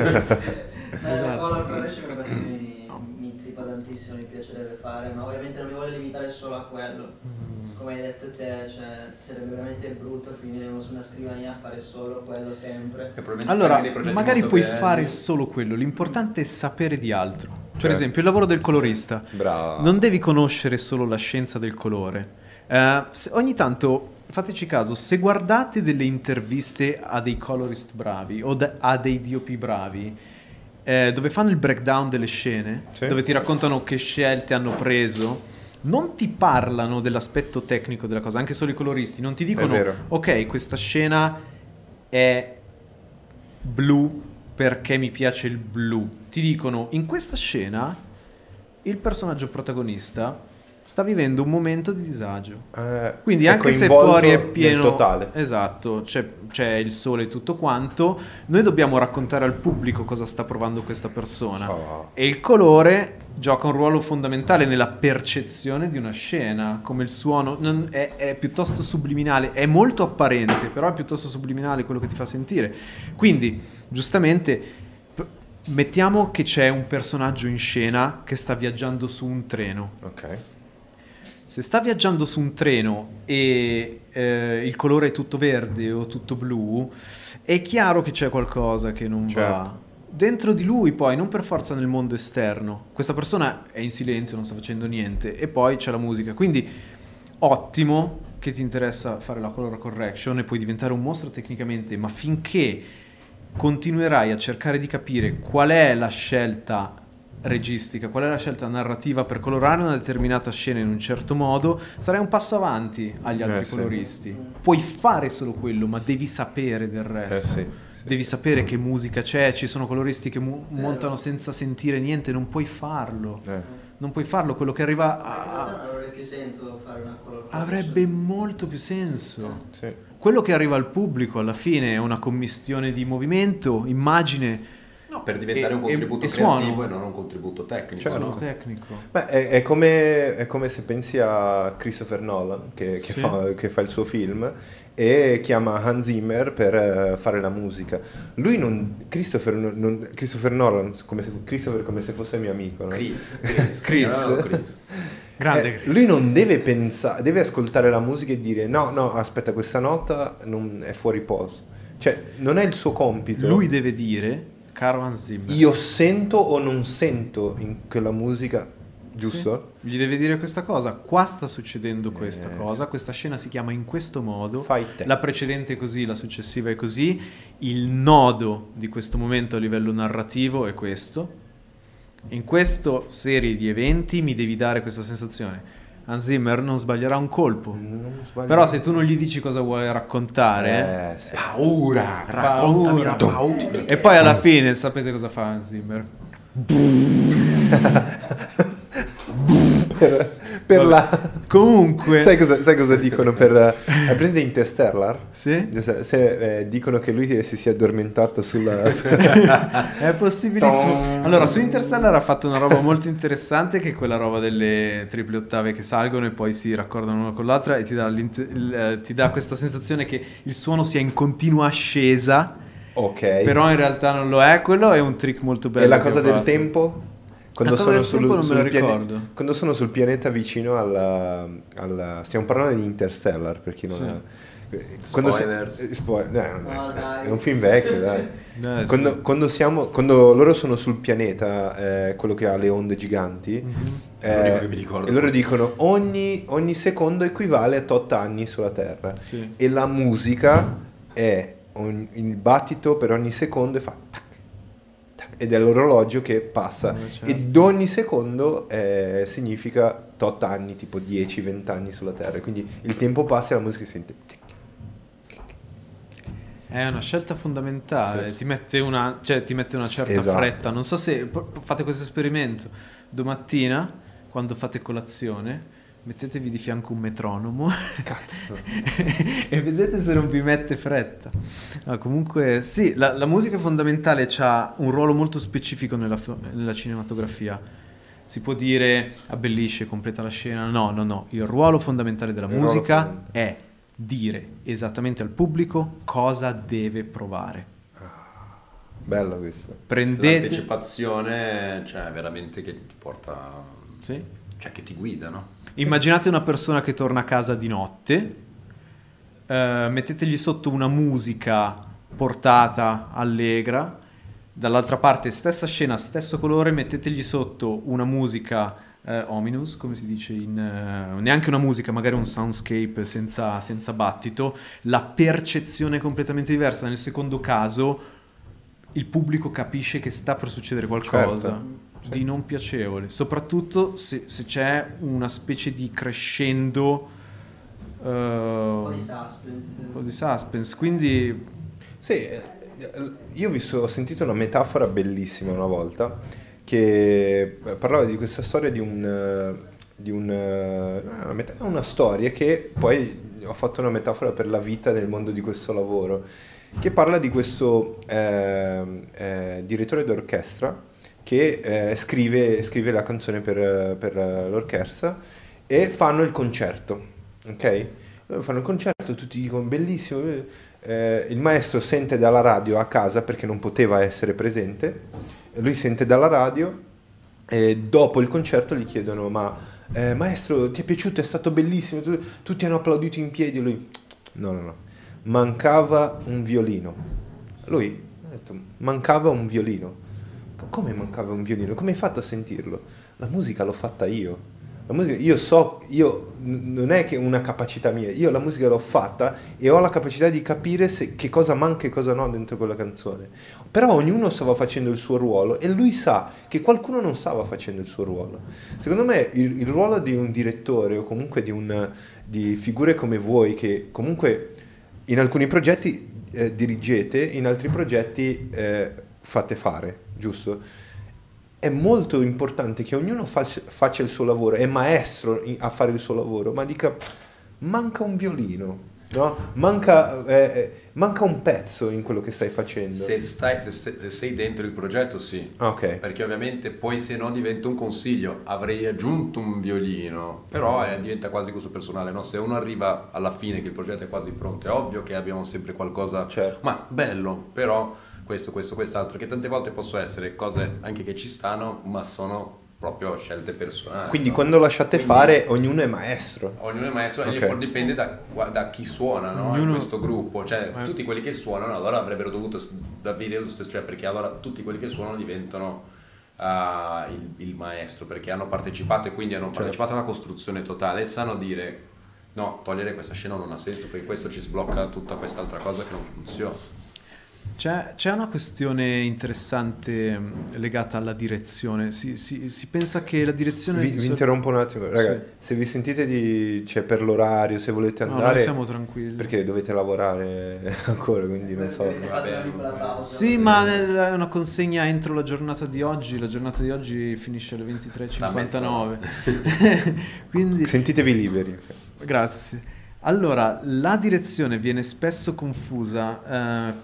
La color correction è una cosa che mi tripa tantissimo, mi piacerebbe fare, ma ovviamente non mi voglio limitare solo a quello. Come hai detto te, cioè, sarebbe veramente brutto finire su una scrivania a fare solo quello sempre. Allora, magari puoi fare solo quello, l'importante è sapere di altro. Cioè, per esempio, il lavoro del colorista. Bravo. Non devi conoscere solo la scienza del colore. Ogni tanto, fateci caso, se guardate delle interviste a dei colorist bravi o a dei DOP bravi, dove fanno il breakdown delle scene, dove ti raccontano che scelte hanno preso, non ti parlano dell'aspetto tecnico della cosa, anche solo i coloristi, non ti dicono ok, questa scena è blu perché mi piace il blu. Ti dicono, in questa scena il personaggio protagonista sta vivendo un momento di disagio. Quindi anche se fuori è pieno totale. Esatto, c'è il sole e tutto quanto, noi dobbiamo raccontare al pubblico cosa sta provando questa persona. E il colore gioca un ruolo fondamentale nella percezione di una scena, come il suono è piuttosto subliminale, è molto apparente, però è piuttosto subliminale quello che ti fa sentire. Quindi, giustamente, mettiamo che c'è un personaggio in scena che sta viaggiando su un treno. Ok. Se sta viaggiando su un treno e il colore è tutto verde o tutto blu, è chiaro che c'è qualcosa che non va. dentro di lui poi, non per forza nel mondo esterno. Questa persona è in silenzio, non sta facendo niente, e poi c'è la musica. Quindi ottimo che ti interessa fare la color correction e puoi diventare un mostro tecnicamente, ma finché continuerai a cercare di capire qual è la scelta registica, qual è la scelta narrativa per colorare una determinata scena in un certo modo, sarai un passo avanti agli altri coloristi. Puoi fare solo quello, ma devi sapere del resto. Devi sapere che musica c'è, ci sono coloristi che montano senza sentire niente, non puoi farlo. Non puoi farlo, quello che arriva non avrebbe più senso fare una color correction. Avrebbe molto più senso. Quello che arriva al pubblico alla fine è una commistione di movimento, immagine. No, per diventare un contributo creativo e non un contributo tecnico. Certo. No? Tecnico. Beh, è come se pensi a Christopher Nolan che fa il suo film e chiama Hans Zimmer per fare la musica. Lui Christopher Nolan, come se fosse mio amico, no? Chris. Grande. Lui non deve pensare, deve ascoltare la musica e dire no, aspetta, questa nota è fuori posto. Cioè, non è il suo compito. Lui deve dire, caro Hans Zimmer, io sento o non sento in quella musica, giusto? Sì. Gli deve dire questa cosa, qua sta succedendo questa cosa, questa scena si chiama in questo modo, la precedente è così, la successiva è così, il nodo di questo momento a livello narrativo è questo, in questa serie di eventi mi devi dare questa sensazione. Hans Zimmer non sbaglierà un colpo, però se tu non gli dici cosa vuoi raccontare, paura, raccontami la paura. E poi alla fine sapete cosa fa Hans Zimmer? per la... Comunque sai cosa dicono per hai presente Interstellar? Sì? Dicono che lui si sia addormentato sulla è possibilissimo. Allora, su Interstellar ha fatto una roba molto interessante, che è quella roba delle triple ottave che salgono e poi si raccordano una con l'altra, e ti dà questa sensazione che il suono sia in continua ascesa. Ok. Però in realtà non lo è. Quello è un trick molto bello. E la cosa del tempo? Quando sono quando sono sul pianeta vicino stiamo parlando di Interstellar, per chi non è... è un film vecchio, dai. Quando loro sono sul pianeta, quello che ha le onde giganti, e loro dicono ogni secondo equivale a tot anni sulla Terra, e la musica è il battito per ogni secondo e fa tac, tac, ed è l'orologio che passa, ed ogni secondo significa tot anni, tipo 10-20 anni sulla Terra, quindi il tempo passa e la musica si sente tic. È una scelta fondamentale, ti mette una certa fretta. Non so se fate questo esperimento domattina, quando fate colazione, mettetevi di fianco un metronomo e vedete se non vi mette fretta. Comunque sì, la musica è fondamentale, c'ha un ruolo molto specifico nella cinematografia. Si può dire abbellisce, completa la scena. No, il ruolo fondamentale della musica è dire esattamente al pubblico cosa deve provare. Bello questo. L'anticipazione, cioè veramente che ti porta, cioè che ti guida, no? Immaginate una persona che torna a casa di notte, mettetegli sotto una musica portata, allegra, dall'altra parte stessa scena, stesso colore, mettetegli sotto una musica ominous, come si dice, neanche una musica, magari un soundscape senza battito, la percezione è completamente diversa. Nel secondo caso il pubblico capisce che sta per succedere qualcosa di non piacevole, soprattutto se c'è una specie di crescendo, un po' di suspense, quindi sì. Io ho sentito una metafora bellissima una volta che parlava di questa storia una storia che poi ho fatto una metafora per la vita nel mondo di questo lavoro, che parla di questo direttore d'orchestra che scrive la canzone per l'orchestra e fanno il concerto, ok? Fanno il concerto, tutti dicono bellissimo, il maestro sente dalla radio a casa perché non poteva essere presente. Lui sente dalla radio e dopo il concerto gli chiedono maestro, ti è piaciuto? È stato bellissimo, tutti hanno applaudito in piedi. Lui no, mancava un violino. Lui detto, mancava un violino. Come mancava un violino? Come hai fatto a sentirlo? La musica l'ho fatta io. La musica, non è che una capacità mia, io la musica l'ho fatta e ho la capacità di capire che cosa manca e cosa no dentro quella canzone. Però ognuno stava facendo il suo ruolo e lui sa che qualcuno non stava facendo il suo ruolo. Secondo me il ruolo di un direttore o comunque di figure come voi, che comunque in alcuni progetti dirigete, in altri progetti fate fare, giusto? È molto importante che ognuno faccia il suo lavoro, è maestro a fare il suo lavoro, ma dica, manca un violino, no? Manca un pezzo in quello che stai facendo. Se sei dentro il progetto, sì. Ok. Perché ovviamente poi se no diventa un consiglio, avrei aggiunto un violino, però diventa quasi gusto personale, no? Se uno arriva alla fine che il progetto è quasi pronto, è ovvio che abbiamo sempre qualcosa, certo, ma bello, però quest'altro, che tante volte possono essere cose anche che ci stanno, ma sono proprio scelte personali. Quindi no? quando lasciate fare, ognuno è maestro. Ognuno è maestro, okay, e poi dipende da chi suona, no? In questo gruppo, cioè tutti quelli che suonano allora avrebbero dovuto avere lo stesso, cioè perché allora tutti quelli che suonano diventano il maestro, perché hanno partecipato e quindi hanno partecipato alla costruzione totale e sanno dire no, togliere questa scena non ha senso perché questo ci sblocca tutta quest'altra cosa che non funziona. C'è una questione interessante legata alla direzione. Si pensa che la direzione... Vi interrompo un attimo, raga, sì. Se vi sentite per l'orario, se volete andare... No, siamo tranquilli. Perché dovete lavorare ancora, quindi non so. Sì, ma è una consegna entro la giornata di oggi. La giornata di oggi finisce alle 23:59. Quindi... Sentitevi liberi. Okay. Grazie. Allora, la direzione viene spesso confusa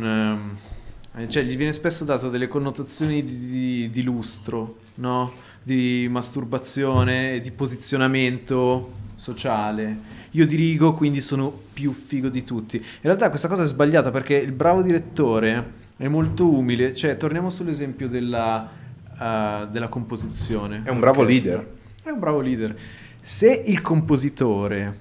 cioè gli viene spesso data delle connotazioni di lustro, no? Di masturbazione, di posizionamento sociale. Io dirigo, quindi sono più figo di tutti. In realtà questa cosa è sbagliata perché il bravo direttore è molto umile. Cioè, torniamo sull'esempio della composizione. È un bravo leader. È un bravo leader. Se il compositore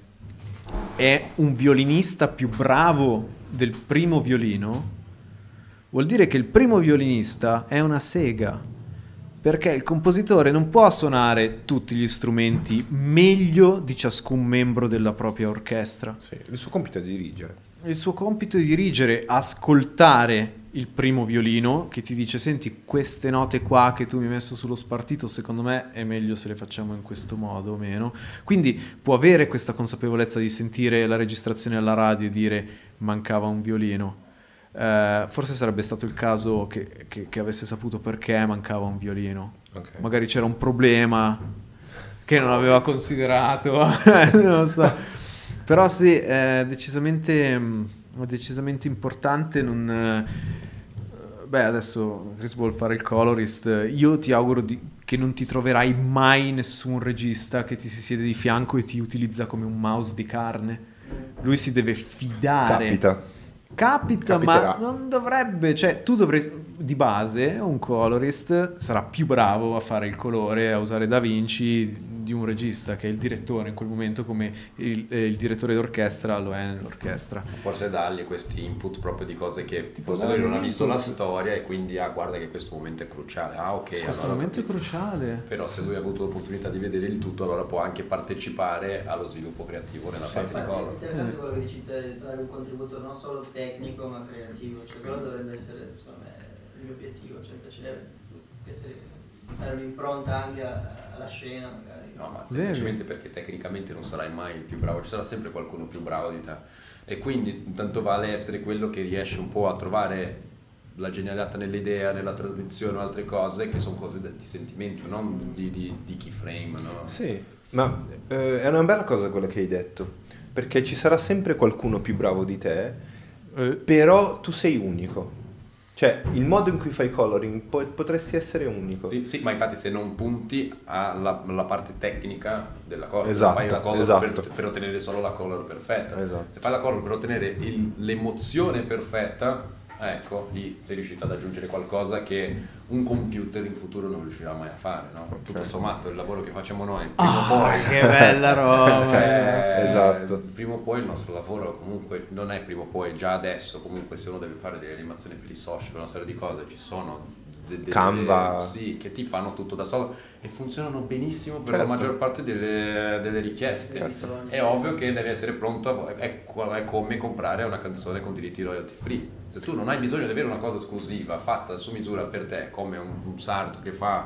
è un violinista più bravo del primo violino, vuol dire che il primo violinista è una sega, perché il compositore non può suonare tutti gli strumenti meglio di ciascun membro della propria orchestra. Sì, il suo compito è dirigere. Il suo compito è dirigere, ascoltare il primo violino che ti dice: senti, queste note qua che tu mi hai messo sullo spartito, secondo me è meglio se le facciamo in questo modo o meno. Quindi può avere questa consapevolezza di sentire la registrazione alla radio e dire mancava un violino. Forse sarebbe stato il caso che avesse saputo perché mancava un violino. Okay. Magari c'era un problema che non aveva considerato. Non lo so. Però sì, è decisamente importante non... Beh, adesso Chris vuol fare il colorist. Io ti auguro che non ti troverai mai nessun regista che ti si siede di fianco e ti utilizza come un mouse di carne. Lui si deve fidare. Capita, ma non dovrebbe. Cioè, tu dovresti... Di base, un colorist sarà più bravo a fare il colore, a usare Da Vinci di un regista che è il direttore in quel momento, come il direttore d'orchestra lo è nell'orchestra. Forse dargli questi input proprio di cose che forse lui non ha visto la storia e quindi guarda che questo momento è cruciale. Ok, questo momento è cruciale. Però se lui ha avuto l'opportunità di vedere il tutto, allora può anche partecipare allo sviluppo creativo nella parte di color. Interessante quello che dici te, dare un contributo non solo tecnico ma creativo, cioè quello dovrebbe essere, secondo me, il mio obiettivo, cioè mi piacerebbe dare un'impronta anche alla scena magari. No, ma semplicemente perché tecnicamente non sarai mai il più bravo, ci sarà sempre qualcuno più bravo di te e quindi tanto vale essere quello che riesce un po' a trovare la genialità nell'idea, nella transizione o altre cose che sono cose di sentimento, non di keyframe, no? Sì, ma è una bella cosa quella che hai detto, perché ci sarà sempre qualcuno più bravo di te, però tu sei unico. Cioè, il modo in cui fai coloring potresti essere unico. Sì, ma infatti se non punti alla parte tecnica della color, esatto, fai la color esatto. per ottenere solo la color perfetta. Esatto. Se fai la color per ottenere l'emozione perfetta, ecco, lì sei riuscito ad aggiungere qualcosa che un computer in futuro non riuscirà mai a fare, no? Okay. Tutto sommato il lavoro che facciamo noi, prima o poi... Che bella roba! Esatto. Prima o poi il nostro lavoro comunque non è prima o poi, già adesso comunque se uno deve fare delle animazioni per i social, una serie di cose, ci sono... Canva, sì, che ti fanno tutto da solo e funzionano benissimo per la maggior parte delle richieste. Certo. È ovvio che devi essere pronto, è come comprare una canzone con diritti royalty free. Se tu non hai bisogno di avere una cosa esclusiva fatta su misura per te, come un sarto che fa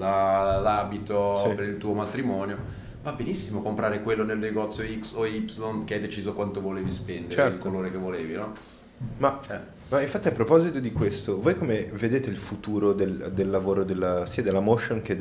l'abito per il tuo matrimonio, va benissimo comprare quello nel negozio X o Y che hai deciso quanto volevi spendere, il colore che volevi, no? Ma infatti a proposito di questo, voi come vedete il futuro del lavoro sia della motion che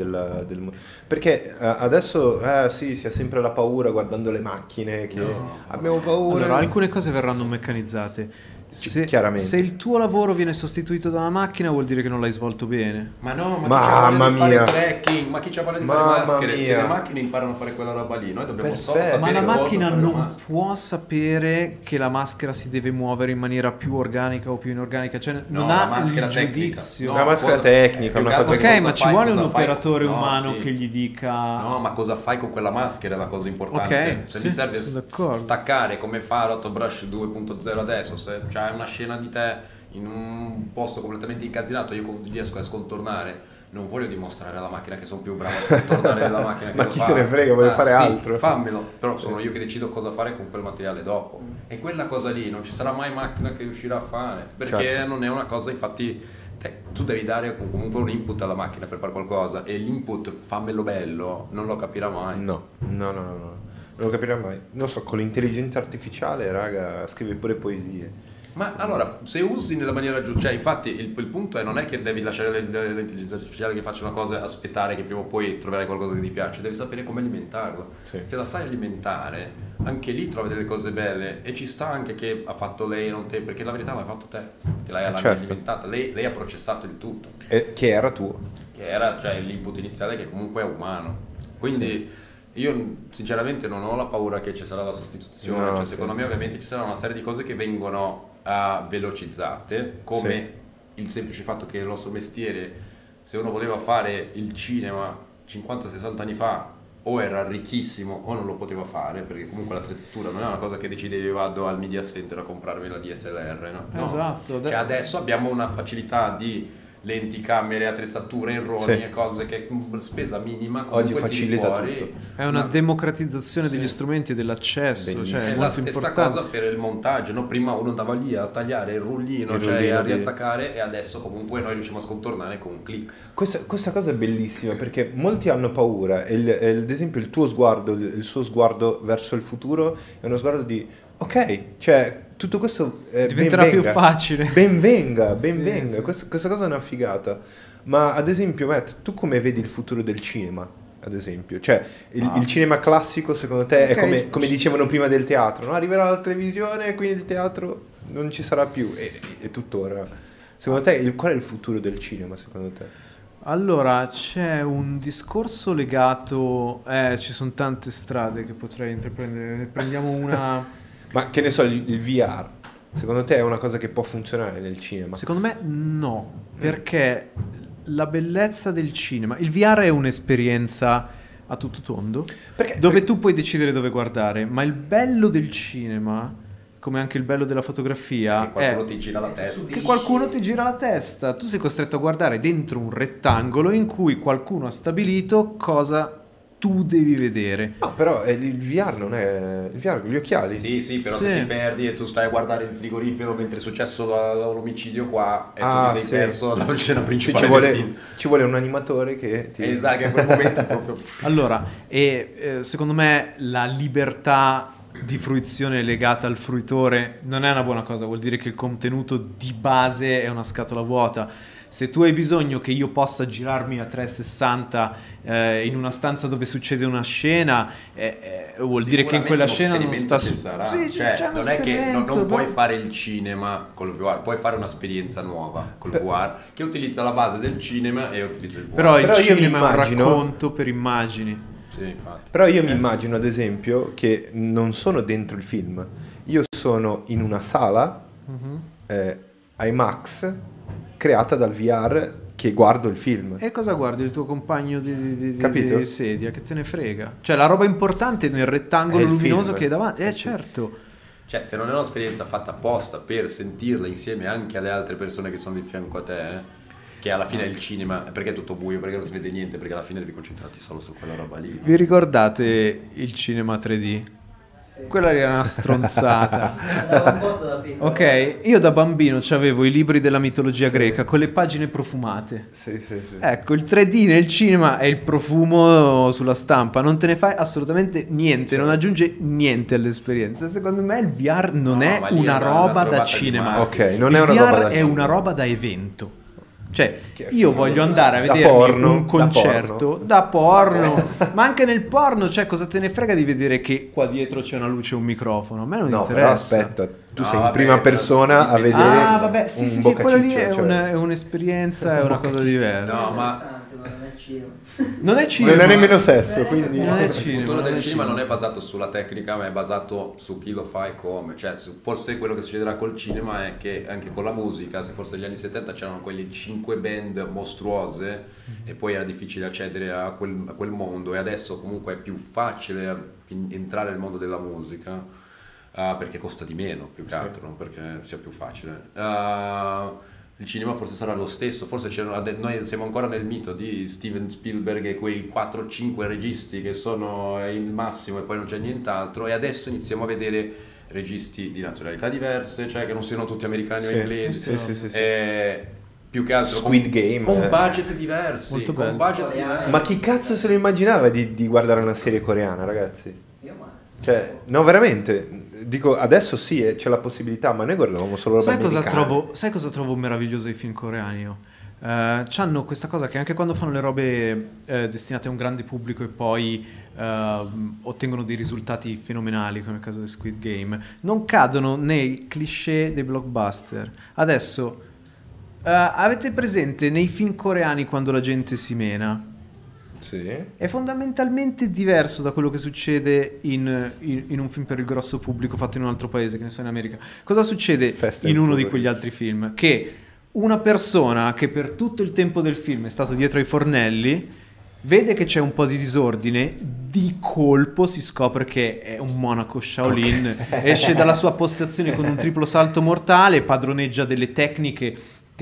perché adesso sì, si ha sempre la paura guardando le macchine che abbiamo paura. Allora, alcune cose verranno meccanizzate. Chiaramente. Se il tuo lavoro viene sostituito da una macchina vuol dire che non l'hai svolto bene. Ma no, ma chi c'ha voglia di fare tracking? Ma chi c'ha voglia di fare maschere? Se le macchine imparano a fare quella roba lì, noi dobbiamo solo sapere. Ma la macchina non può sapere che la maschera si deve muovere in maniera più organica o più inorganica, cioè non ha il giudizio. Una maschera tecnica, una cosa. Ok, ma ci vuole un operatore umano che gli dica. No, ma cosa fai con quella maschera è la cosa importante. Se mi serve staccare come fa l'Autobrush 2.0 adesso, se c'è una scena di te in un posto completamente incasinato, io riesco a scontornare, non voglio dimostrare alla macchina che sono più bravo a scontornare della macchina che ma chi se ne frega, vuole fare altro, fammelo, però sono io che decido cosa fare con quel materiale dopo, e quella cosa lì non ci sarà mai macchina che riuscirà a fare, perché non è una cosa, infatti tu devi dare comunque un input alla macchina per fare qualcosa, e l'input fammelo bello non lo capirà mai. No, non lo capirà mai. Non so, con l'intelligenza artificiale, raga, scrive pure poesie. Ma allora, se usi nella maniera giusta, cioè infatti il punto non è che devi lasciare l'intelligenza artificiale che faccia una cosa e aspettare che prima o poi troverai qualcosa che ti piace, devi sapere come alimentarlo. Sì. Se la sai alimentare, anche lì trovi delle cose belle, e ci sta anche che ha fatto lei e non te, perché la verità l'hai fatto te, che l'hai alimentata, lei ha processato il tutto. Che era tuo. Che era, cioè, l'input iniziale che comunque è umano. Quindi... Io sinceramente non ho la paura che ci sarà la sostituzione, secondo me ovviamente ci sarà una serie di cose che vengono velocizzate, come il semplice fatto che il nostro mestiere, se uno voleva fare il cinema 50-60 anni fa, o era ricchissimo o non lo poteva fare, perché comunque l'attrezzatura non è una cosa che decidi vado al media center a comprarmi la DSLR, no? Esatto. Cioè adesso abbiamo una facilità di lenti, camere, attrezzature, errori e cose che spesa minima oggi facilita tutto. È una democratizzazione degli strumenti e dell'accesso, cioè è la stessa cosa per il montaggio, no? Prima uno andava lì a tagliare il rullino, a riattaccare, e adesso comunque noi riusciamo a scontornare con un click. Questa cosa è bellissima, perché molti hanno paura, ad esempio il tuo sguardo, il suo sguardo verso il futuro è uno sguardo di ok, cioè tutto questo diventerà più facile. Ben venga. Sì. Questa cosa è una figata. Ma ad esempio, Matt, tu come vedi il futuro del cinema? Ad esempio, cioè il cinema classico secondo te è come dicevano prima del teatro, no? Arriverà la televisione e quindi il teatro non ci sarà più, e tuttora. Secondo te qual è il futuro del cinema secondo te? Allora, c'è un discorso legato, ci sono tante strade che potrei intraprendere, prendiamo una... Ma che ne so, il VR, secondo te è una cosa che può funzionare nel cinema? Secondo me no, perché la bellezza del cinema, il VR è un'esperienza a tutto tondo, dove tu puoi decidere dove guardare, ma il bello del cinema, come anche il bello della fotografia, che qualcuno ti gira la testa. Che qualcuno ti gira la testa. Tu sei costretto a guardare dentro un rettangolo in cui qualcuno ha stabilito cosa tu devi vedere. No, però il VR non è... Il VR, gli occhiali. Sì, però se ti perdi e tu stai a guardare il frigorifero mentre è successo l'omicidio qua e tu ti sei perso la scena principale del film. Ci vuole un animatore che ti... Esatto, che in quel momento è proprio... Allora, secondo me la libertà di fruizione legata al fruitore non è una buona cosa, vuol dire che il contenuto di base è una scatola vuota. Se tu hai bisogno che io possa girarmi a 360 in una stanza dove succede una scena, vuol dire che in quella scena non sta su... Cioè, non è che non puoi fare il cinema col VR, puoi fare un'esperienza nuova col VR che utilizza la base del cinema e utilizza il VR. Però il cinema è un racconto per immagini. Sì, infatti. Però io mi immagino ad esempio che non sono dentro il film, io sono in una sala IMAX creata dal VR che guardo il film. E cosa guardi? Il tuo compagno di sedia? Che te ne frega? Cioè la roba importante nel rettangolo luminoso film. Che è davanti. Certo. Cioè, se non è un'esperienza fatta apposta per sentirla insieme anche alle altre persone che sono di fianco a te, che alla fine è il cinema, perché è tutto buio, perché non si vede niente, perché alla fine devi concentrarti solo su quella roba lì. Vi ricordate il cinema 3D? Sì. Quella era una stronzata. Ok, io da bambino c'avevo i libri della mitologia greca con le pagine profumate. Sì. Ecco, il 3D nel cinema è il profumo sulla stampa, non te ne fai assolutamente niente, non aggiunge niente all'esperienza. Secondo me il VR non è una roba da cinema. Ok, non è una roba da è una roba da evento. Cioè, io voglio andare a vedere un concerto da porno, ma anche nel porno, cioè, cosa te ne frega di vedere che qua dietro c'è una luce e un microfono? A me non interessa. Però aspetta, tu sei in prima persona a vedere. Ah, vabbè, sì, quello lì è un'esperienza, è una cosa diversa. No, ma non è cinema. Non è nemmeno sesso, quindi non è il cinema, futuro del cinema cinema. non è basato sulla tecnica, ma è basato su chi lo fa e come. Cioè, forse quello che succederà col cinema è che anche con la musica, se forse negli anni 70 c'erano quelle 5 band mostruose e poi era difficile accedere a quel mondo, e adesso comunque è più facile entrare nel mondo della musica perché costa di meno, più che altro, non perché sia più facile. Il cinema forse sarà lo stesso, forse noi siamo ancora nel mito di Steven Spielberg e quei 4-5 registi che sono il massimo e poi non c'è nient'altro, e adesso iniziamo a vedere registi di nazionalità diverse, cioè che non siano tutti americani o inglesi, sì. più che altro Squid Game, con budget diversi, Molto con bello. budget diversi. Ma chi cazzo se lo immaginava di guardare una serie coreana, ragazzi? Cioè, no, veramente, dico, adesso sì, c'è la possibilità, ma noi guardavamo solo roba americana. Sai cosa trovo meraviglioso ai film coreani? Io? C'hanno questa cosa che anche quando fanno le robe destinate a un grande pubblico e poi ottengono dei risultati fenomenali, come nel caso di Squid Game, non cadono nei cliché dei blockbuster. Adesso, avete presente nei film coreani quando la gente si mena? Sì. È fondamentalmente diverso da quello che succede in un film per il grosso pubblico fatto in un altro paese, che ne so, in America. Cosa succede in uno di quegli altri film? Che una persona che per tutto il tempo del film è stato dietro ai fornelli vede che c'è un po' di disordine, di colpo si scopre che è un monaco Shaolin, esce dalla sua postazione con un triplo salto mortale, padroneggia delle tecniche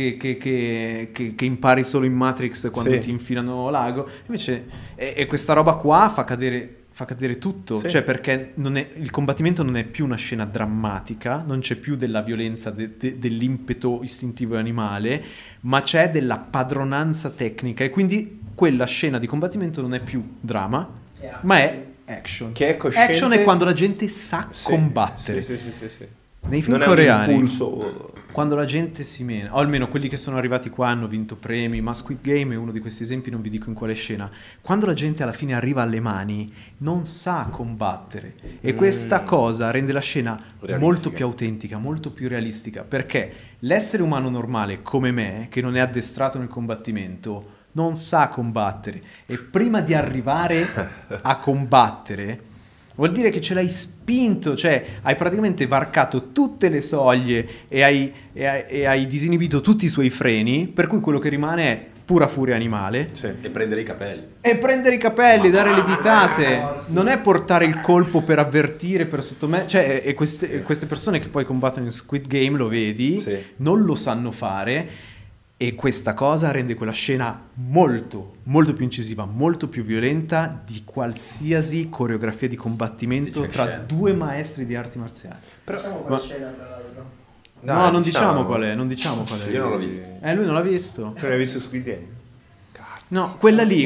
che impari solo in Matrix quando ti infilano l'ago. Invece e questa roba qua fa cadere tutto, cioè perché il combattimento non è più una scena drammatica, non c'è più della violenza, dell'impeto istintivo e animale, ma c'è della padronanza tecnica, e quindi quella scena di combattimento non è più drama, ma è action. Che è cosciente. Action è quando la gente sa combattere. Sì. Nei film non coreani, è un impulso. quando la gente si mena, o almeno quelli che sono arrivati qua hanno vinto premi, ma Squid Game è uno di questi esempi, non vi dico in quale scena. Quando la gente alla fine arriva alle mani, non sa combattere, e questa cosa rende la scena molto più autentica, molto più realistica, perché l'essere umano normale come me, che non è addestrato nel combattimento, non sa combattere, e prima di arrivare a combattere vuol dire che ce l'hai spinto, cioè hai praticamente varcato tutte le soglie e hai disinibito tutti i suoi freni, per cui quello che rimane è pura furia animale. E prendere i capelli. Dare le ditate. Non è portare il colpo per avvertire, per sottomettere. Cioè, e queste persone che poi combattono in Squid Game, lo vedi, non lo sanno fare. E questa cosa rende quella scena molto, molto più incisiva, molto più violenta di qualsiasi coreografia di combattimento tra due maestri di arti marziali. Diciamo quella scena, tra l'altro. No, non diciamo qual è, Io non l'ho visto. Lui non l'ha visto. Tu non hai visto Squid Game? No, quella lì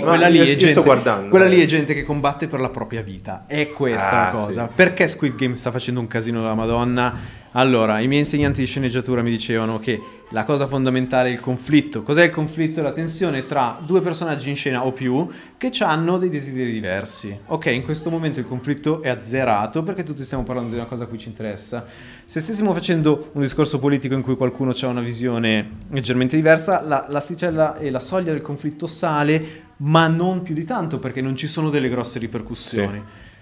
è gente che combatte per la propria vita. È questa la cosa. Perché Squid Game sta facendo un casino della Madonna? Allora, i miei insegnanti di sceneggiatura mi dicevano che la cosa fondamentale è il conflitto. Cos'è il conflitto? La tensione tra due personaggi in scena o più che hanno dei desideri diversi. Ok, in questo momento il conflitto è azzerato perché tutti stiamo parlando di una cosa a cui ci interessa. Se stessimo facendo un discorso politico in cui qualcuno ha una visione leggermente diversa, l'asticella e la soglia del conflitto sale, ma non più di tanto, perché non ci sono delle grosse ripercussioni.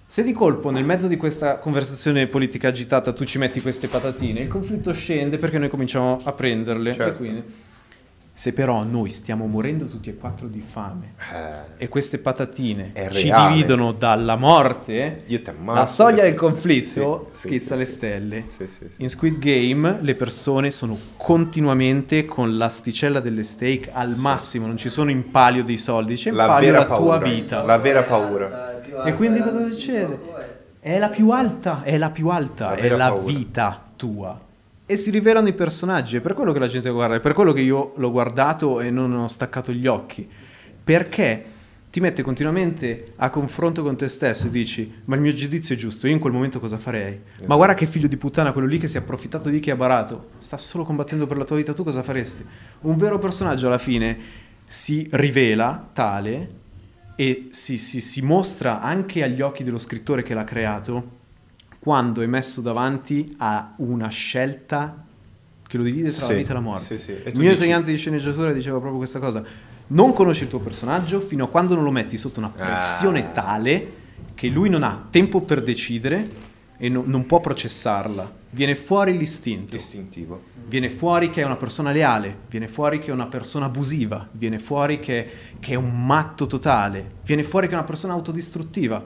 Se di colpo nel mezzo di questa conversazione politica agitata tu ci metti queste patatine, il conflitto scende perché noi cominciamo a prenderle. Certo. E quindi, se però noi stiamo morendo tutti e 4 di fame e queste patatine ci dividono dalla morte, io ti ammazzo, la soglia del conflitto schizza le sì. stelle. Sì. In Squid Game le persone sono continuamente con l'asticella delle steak al massimo, non ci sono in palio dei soldi, c'è in palio la tua vita. La vera paura. E quindi cosa succede? È la più alta, è la paura. vita tua. E si rivelano i personaggi, è per quello che la gente guarda, è per quello che io l'ho guardato e non ho staccato gli occhi, perché ti mette continuamente a confronto con te stesso e dici, ma il mio giudizio è giusto, io in quel momento cosa farei? Ma guarda che figlio di puttana, quello lì che si è approfittato di chi ha barato, sta solo combattendo per la tua vita, tu cosa faresti? Un vero personaggio alla fine si rivela tale e si mostra anche agli occhi dello scrittore che l'ha creato quando è messo davanti a una scelta che lo divide tra la vita e la morte. Sì. Il mio insegnante di sceneggiatura diceva proprio questa cosa: non conosci il tuo personaggio fino a quando non lo metti sotto una pressione tale che lui non ha tempo per decidere e non può processarla. Viene fuori l'istinto. Istintivo. Viene fuori che è una persona leale, viene fuori che è una persona abusiva, viene fuori che è un matto totale, viene fuori che è una persona autodistruttiva.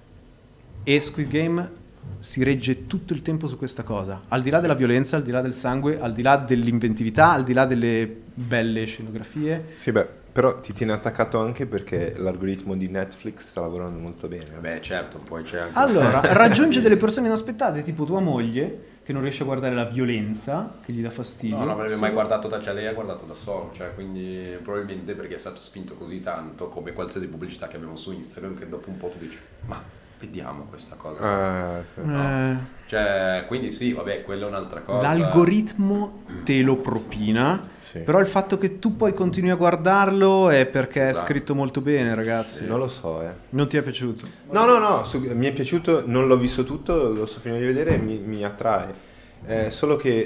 E Squid Game si regge tutto il tempo su questa cosa, al di là della violenza, al di là del sangue, al di là dell'inventività, al di là delle belle scenografie. Sì, beh, però ti tiene attaccato anche perché l'algoritmo di Netflix sta lavorando molto bene. Beh, certo, poi c'è anche... Allora, raggiunge delle persone inaspettate, tipo tua moglie, che non riesce a guardare la violenza, che gli dà fastidio. No, non avrebbe mai guardato lei ha guardato da solo, cioè, quindi probabilmente perché è stato spinto così tanto, come qualsiasi pubblicità che abbiamo su Instagram, che dopo un po' tu dici, ma vediamo questa cosa. Sì. No? Cioè, quindi sì, vabbè, quella è un'altra cosa. L'algoritmo te lo propina, però il fatto che tu poi continui a guardarlo è perché è scritto molto bene, ragazzi. Non lo so, Non ti è piaciuto? No, mi è piaciuto, non l'ho visto tutto, lo sto finendo di vedere e mi attrae. Solo che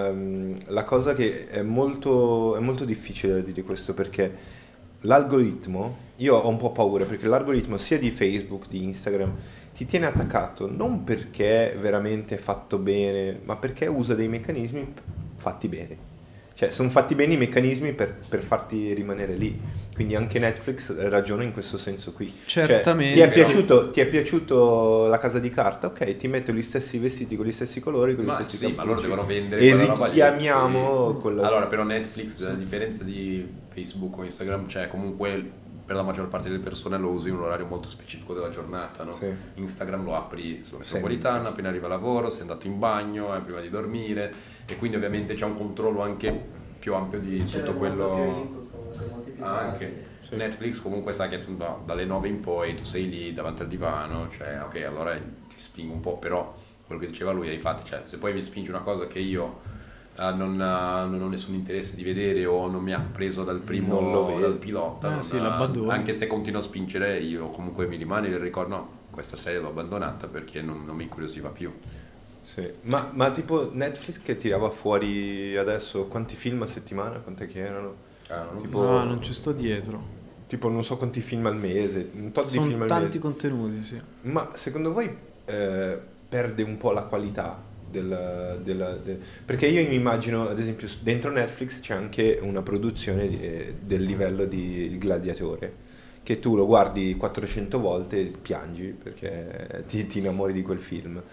la cosa che è molto difficile da dire questo, perché l'algoritmo, io ho un po' paura perché l'algoritmo sia di Facebook, di Instagram, ti tiene attaccato non perché è veramente fatto bene, ma perché usa dei meccanismi fatti bene. Cioè, sono fatti bene i meccanismi per farti rimanere lì. Quindi anche Netflix ragiona in questo senso qui. Certamente. Cioè, ti è piaciuto La Casa di Carta? Ok, ti metto gli stessi vestiti con gli stessi colori, con gli stessi cappucci. Ma loro devono vendere e quella roba lì. richiamiamo quello. Allora, però Netflix, a differenza di Facebook o Instagram, cioè comunque per la maggior parte delle persone lo usi in un orario molto specifico della giornata, no? Sì. Instagram lo apri sulla metropolitana, appena arriva a lavoro, sei andato in bagno, prima di dormire, e quindi ovviamente c'è un controllo anche più ampio di tutto quello. Anche Netflix comunque sa che dalle 9 in poi tu sei lì davanti al divano, cioè ok, allora ti spingo un po', però quello che diceva lui è infatti, cioè se poi mi spingi una cosa che io non ho nessun interesse di vedere o non mi ha preso dal primo dal pilota, anche se continuo a spingere, io comunque mi rimane il ricordo, no, questa serie l'ho abbandonata perché non mi incuriosiva più. Sì. Ma tipo Netflix che tirava fuori adesso quanti film a settimana, quante che erano? Non ci sto dietro. Tipo non so quanti film al mese, un tot di film al mese. Sono tanti contenuti, sì. Ma secondo voi perde un po' la qualità perché io mi immagino, ad esempio, dentro Netflix c'è anche una produzione del livello di Il Gladiatore, che tu lo guardi 400 volte e piangi perché ti innamori di quel film.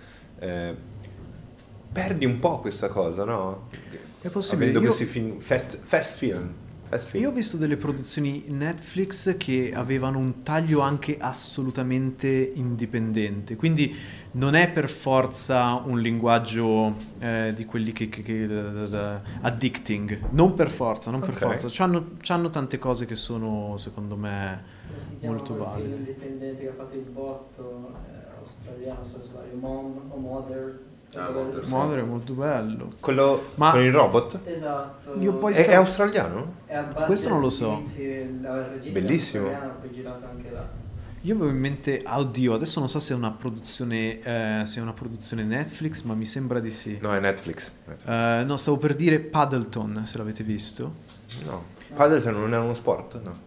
Perdi un po' questa cosa, no? È possibile. Avendo questi film, fast film. Io ho visto delle produzioni Netflix che avevano un taglio anche assolutamente indipendente, quindi non è per forza un linguaggio di quelli che addicting, non per forza. C'hanno tante cose che sono, secondo me, molto valide. Un film indipendente che ha fatto il botto, australiano, se non sbaglio, Mom o Mother. Mother è molto bello. Quello con il robot? Esatto. È australiano? Questo non lo so. Bellissimo. Poi girato anche là. Io avevo in mente, oddio, adesso non so se è una produzione Netflix, ma mi sembra di sì. No, è Netflix. No, stavo per dire Paddleton, se l'avete visto. No. Paddleton non è uno sport? No.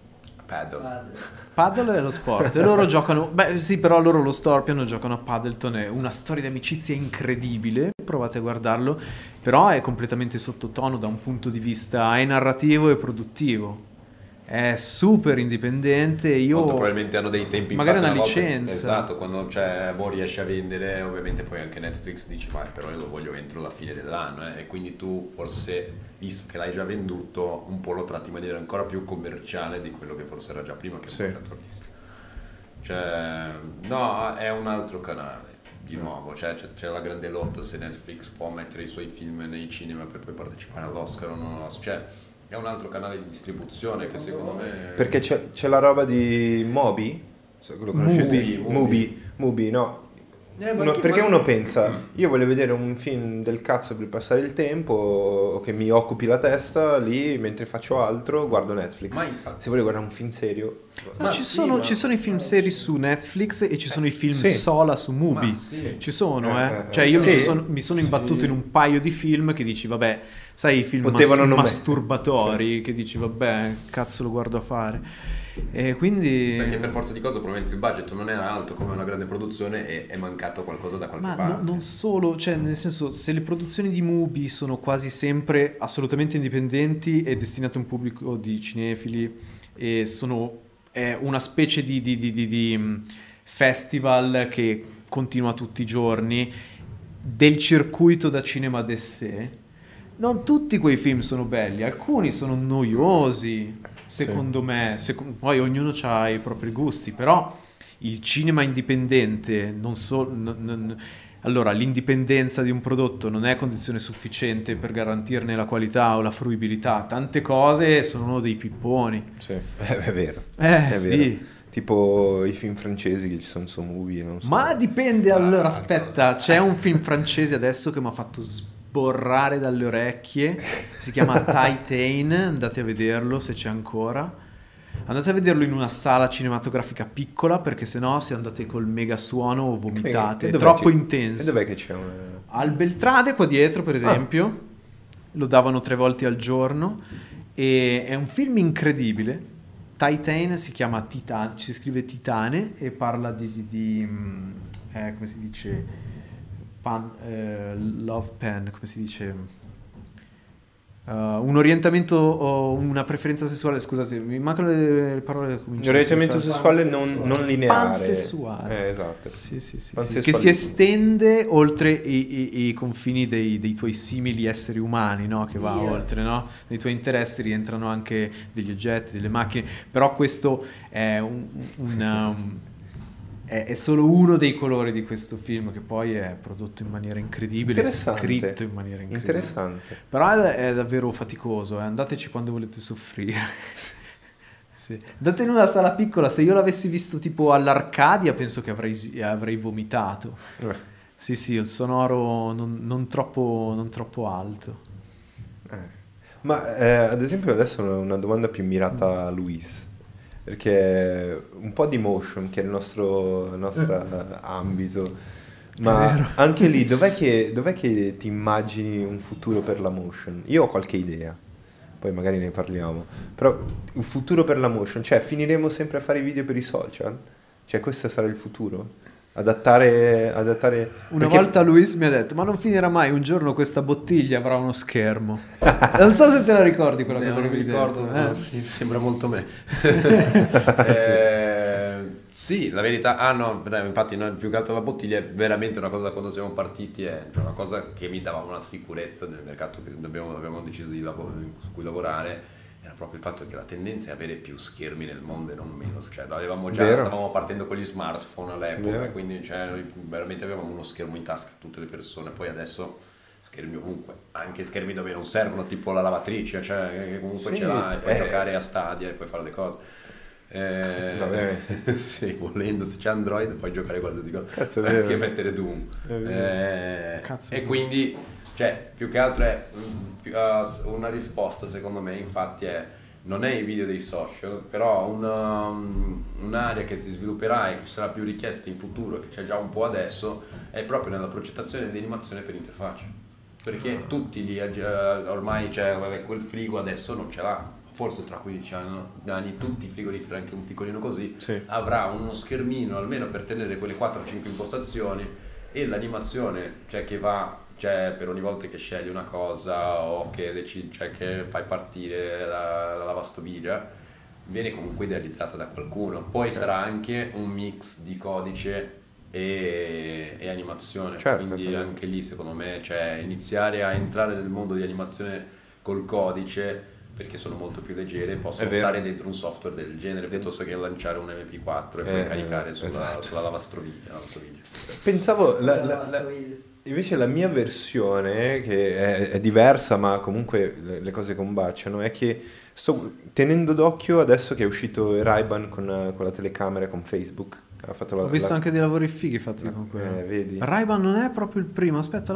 Paddle è lo sport e loro giocano, beh sì, però loro lo storpiano, giocano a Paddleton, è una storia di amicizia incredibile, provate a guardarlo, però è completamente sottotono da un punto di vista narrativo e produttivo. È super indipendente. Molto probabilmente hanno dei tempi, magari una volta, licenza. Esatto, quando riesce a vendere, ovviamente poi anche Netflix dice ma però io lo voglio entro la fine dell'anno, e quindi tu forse, visto che l'hai già venduto, un po' lo tratti in maniera ancora più commerciale di quello che forse era già prima, che è un progetto artistico. Cioè, no, è un altro canale. Di nuovo, c'è la grande lotta se Netflix può mettere i suoi film nei cinema per poi partecipare all'Oscar o no, cioè è un altro canale di distribuzione che secondo me... Perché c'è la roba di Mubi? Lo conoscete? Mubi, no. Perché uno pensa, io voglio vedere un film del cazzo per passare il tempo, che mi occupi la testa, lì mentre faccio altro guardo Netflix. Se voglio guardare un film serio... ci sono i film seri su Netflix e ci sono i film sola su Mubi. Ci sono, Cioè io mi sono imbattuto in un paio di film che dici, vabbè, sai, i film masturbatori, che dici, vabbè, cazzo lo guardo a fare. E quindi... Perché per forza di cosa probabilmente il budget non era alto come una grande produzione e è mancato qualcosa da qualche parte. Ma non solo, cioè nel senso, se le produzioni di Mubi sono quasi sempre assolutamente indipendenti e destinate a un pubblico di cinefili e è una specie di festival che continua tutti i giorni del circuito da cinema d'essè, non tutti quei film sono belli, alcuni sono noiosi, secondo me, poi ognuno ha i propri gusti, però il cinema indipendente allora l'indipendenza di un prodotto non è condizione sufficiente per garantirne la qualità o la fruibilità, tante cose sono dei pipponi. Sì, è vero. Sì. Tipo i film francesi che ci sono su Mubi, non so. Ma dipende, allora aspetta, c'è un film francese adesso che mi ha fatto sborrare dalle orecchie, si chiama Titane, andate a vederlo se c'è ancora. Andate a vederlo in una sala cinematografica piccola, perché sennò se andate col mega suono vomitate, è troppo intenso. E dov'è che c'è? Al Beltrade qua dietro, per esempio, lo davano 3 volte al giorno e è un film incredibile. Titane si chiama Titane, si scrive Titane e parla di come si dice, love pen, come si dice, un orientamento o una preferenza sessuale, scusate, mi mancano le parole. Un orientamento sessuale non lineare. Pansessuale. Esatto. Sì. Che si estende oltre i confini dei tuoi simili esseri umani, no? Che va oltre, no? Nei tuoi interessi rientrano anche degli oggetti, delle macchine, però questo è è solo uno dei colori di questo film, che poi è prodotto in maniera incredibile, scritto in maniera incredibile. Interessante. Però è davvero faticoso, andateci quando volete soffrire. Sì. Andate in una sala piccola, se io l'avessi visto tipo all'Arcadia penso che avrei vomitato. Sì, il sonoro non troppo alto. Ma ad esempio adesso una domanda più mirata a Luis. Perché un po' di motion, che è il nostro ambito, ma anche lì dov'è che ti immagini un futuro per la motion? Io ho qualche idea, poi magari ne parliamo, però un futuro per la motion, cioè finiremo sempre a fare i video per i social? Cioè questo sarà il futuro? Adattare una volta Luis mi ha detto, ma non finirà mai, un giorno questa bottiglia avrà uno schermo. Non so se te la ricordi quella cosa che mi ricordo, sì, sembra molto me. Sì, la verità, infatti più che altro la bottiglia è veramente una cosa, quando siamo partiti è una cosa che mi dava una sicurezza nel mercato che abbiamo deciso su cui lavorare. Era proprio il fatto che la tendenza è avere più schermi nel mondo e non meno, cioè stavamo partendo con gli smartphone all'epoca, quindi noi veramente avevamo uno schermo in tasca a tutte le persone, poi adesso schermi ovunque, anche schermi dove non servono, tipo la lavatrice, cioè che comunque ce l'hai, puoi giocare a Stadia e puoi fare le cose. Sì, volendo, se c'è Android puoi giocare qualsiasi cosa, anche mettere Doom. E quindi, cioè, più che altro è una risposta, secondo me, infatti non è i video dei social, però un'area che si svilupperà e che sarà più richiesta in futuro, che c'è già un po' adesso, è proprio nella progettazione di animazione per interfaccia. Perché tutti ormai, quel frigo adesso non ce l'ha, forse tra 15 anni tutti i frigoriferi, anche un piccolino così, sì, avrà uno schermino almeno per tenere quelle 4-5 impostazioni, e l'animazione, cioè che va, cioè per ogni volta che scegli una cosa o che decidi, cioè che fai partire la lavastoviglie, viene comunque idealizzata da qualcuno. Poi sarà anche un mix di codice e animazione, certo, quindi anche lì secondo me, cioè iniziare a entrare nel mondo di animazione col codice, perché sono molto più leggere, possono stare dentro un software del genere piuttosto che lanciare un MP4 e poi caricare sulla lavastoviglie. Pensavo invece la mia versione, che è diversa ma comunque le cose combaciano, è che sto tenendo d'occhio adesso che è uscito Ray-Ban con la telecamera con Facebook. Ho visto anche dei lavori fighi fatti con quello. Vedi? Ray-Ban non è proprio il primo, aspetta, l'ha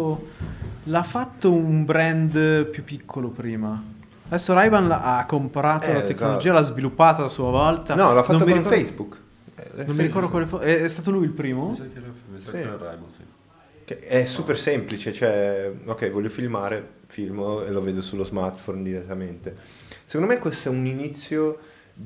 fatto un brand più piccolo prima. Adesso Ray-Ban ha comprato la tecnologia, l'ha sviluppata a sua volta. No, l'ha fatto con Facebook. Non mi ricordo quale è stato lui il primo? Mi sa che era Ray-Ban, sì. Che è super semplice, cioè, ok, voglio filmare, filmo e lo vedo sullo smartphone direttamente. Secondo me questo è un inizio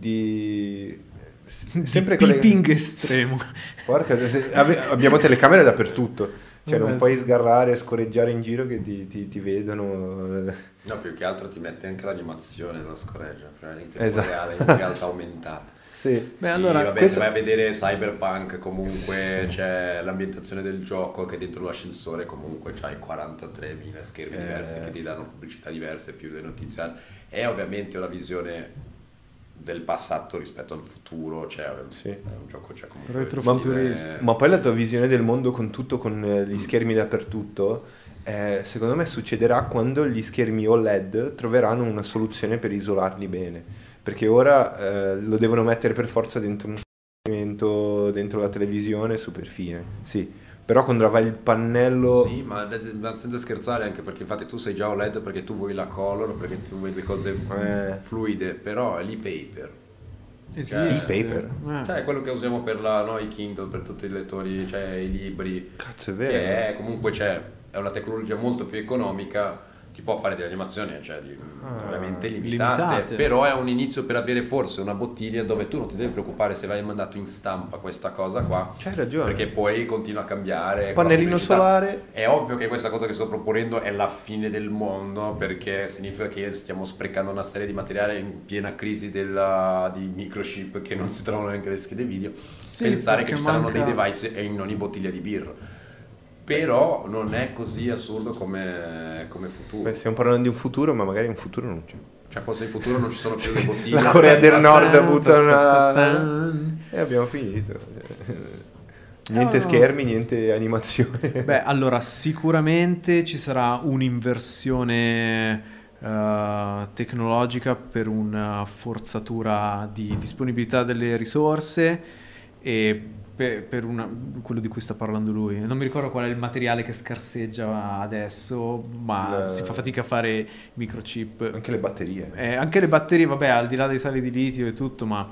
di... sempre di peeping estremo. Porca, abbiamo telecamere dappertutto, cioè non puoi sgarrare e scorreggiare in giro che ti vedono. No, più che altro ti mette anche l'animazione della scorreggia, cioè in tempo reale, in realtà aumentata. Sì. Beh, allora, vabbè, se vai a vedere Cyberpunk comunque c'è l'ambientazione del gioco, che dentro l'ascensore comunque c'hai 43.000 schermi diversi che ti danno pubblicità diverse, più le notizie. È ovviamente una visione del passato rispetto al futuro, cioè è un gioco, cioè comunque ma poi la tua visione del mondo con tutto, con gli schermi dappertutto, secondo me succederà quando gli schermi OLED troveranno una soluzione per isolarli bene, perché ora lo devono mettere per forza dentro un compartimento, dentro la televisione super fine, sì. Però quando avrai il pannello... Sì, ma senza scherzare, anche perché infatti tu sei già OLED perché tu vuoi la color, perché tu vuoi le cose fluide, però è l'e-paper. E-paper? Cioè è quello che usiamo per i Kindle, per tutti i lettori, cioè i libri. Cazzo, è vero. Che è comunque è una tecnologia molto più economica, ti può fare delle animazioni, cioè ovviamente limitate, però è un inizio per avere forse una bottiglia dove tu non ti devi preoccupare se vai mandato in stampa questa cosa qua. C'hai ragione. Perché poi continua a cambiare. Pannellino solare. È ovvio che questa cosa che sto proponendo è la fine del mondo, perché significa che stiamo sprecando una serie di materiale in piena crisi di microchip che non si trovano neanche le schede video. Sì, pensare che ci saranno dei device in ogni bottiglia di birra. Però non è così assurdo come futuro. Beh, stiamo parlando di un futuro, ma magari un futuro non c'è. Cioè forse in futuro non ci sono più le bottiglie. La Corea del Nord butta una... E abbiamo finito. Niente schermi, niente animazione. Beh, allora sicuramente ci sarà un'inversione tecnologica per una forzatura di disponibilità delle risorse e per quello di cui sta parlando lui. Non mi ricordo qual è il materiale che scarseggia adesso, ma si fa fatica a fare microchip. Anche le batterie. Anche le batterie, vabbè, al di là dei sali di litio e tutto, ma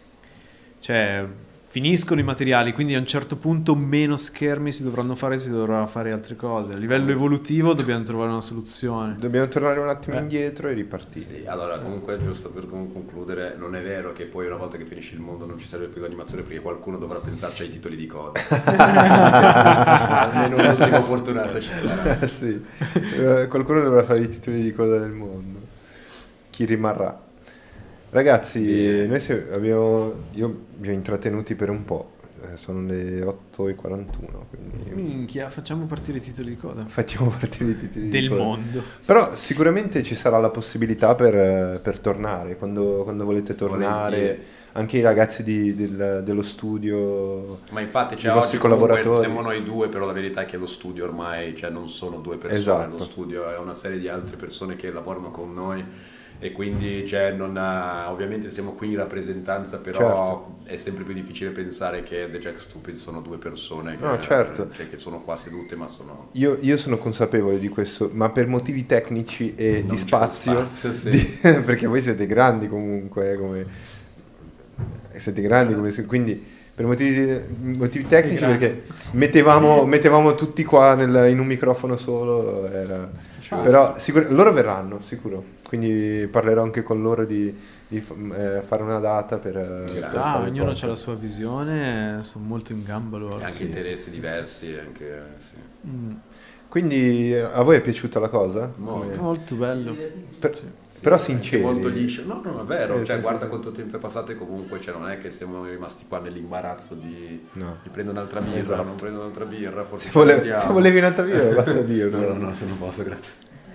cioè finiscono i materiali, quindi a un certo punto meno schermi si dovrà fare altre cose. A livello evolutivo dobbiamo trovare una soluzione. Dobbiamo tornare un attimo indietro e ripartire. Sì, allora comunque giusto per concludere, non è vero che poi una volta che finisce il mondo non ci serve più l'animazione, perché qualcuno dovrà pensarci ai titoli di coda. Almeno un ultimo fortunato ci sarà. Sì, qualcuno dovrà fare i titoli di coda del mondo. Chi rimarrà? Ragazzi, noi io vi ho intrattenuti per un po', sono le 8:41, quindi... Minchia, facciamo partire i titoli di coda. Facciamo partire i titoli del di coda. mondo. Però sicuramente ci sarà la possibilità per tornare, quando volete tornare, volentieri. Anche i ragazzi dello studio, ma infatti i vostri collaboratori. Siamo noi due, però la verità è che lo studio ormai, cioè non sono due persone, esatto. Lo studio è una serie di altre persone che lavorano con noi. E quindi cioè, ovviamente siamo qui in rappresentanza, però certo. È sempre più difficile pensare che The Jack Stupid sono due persone che, certo. Cioè, che sono qua sedute, ma sono... Io sono consapevole di questo, ma per motivi tecnici e di spazio, sì. Perché voi siete grandi comunque, siete grandi quindi per motivi tecnici, perché mettevamo tutti qua in un microfono solo, però loro verranno sicuro, quindi parlerò anche con loro di fare una data per ognuno ha la sua visione, sono molto in gamba loro. E anche interessi diversi, anche, sì. Quindi a voi è piaciuta la cosa? Molto bello. Però sinceri. Molto liscio. No, è vero. Guarda quanto tempo è passato e comunque non è che siamo rimasti qua nell'imbarazzo di prendo un'altra birra, esatto. non prendo un'altra birra, forse se volevi un'altra birra basta dirlo. No, se non posso, grazie.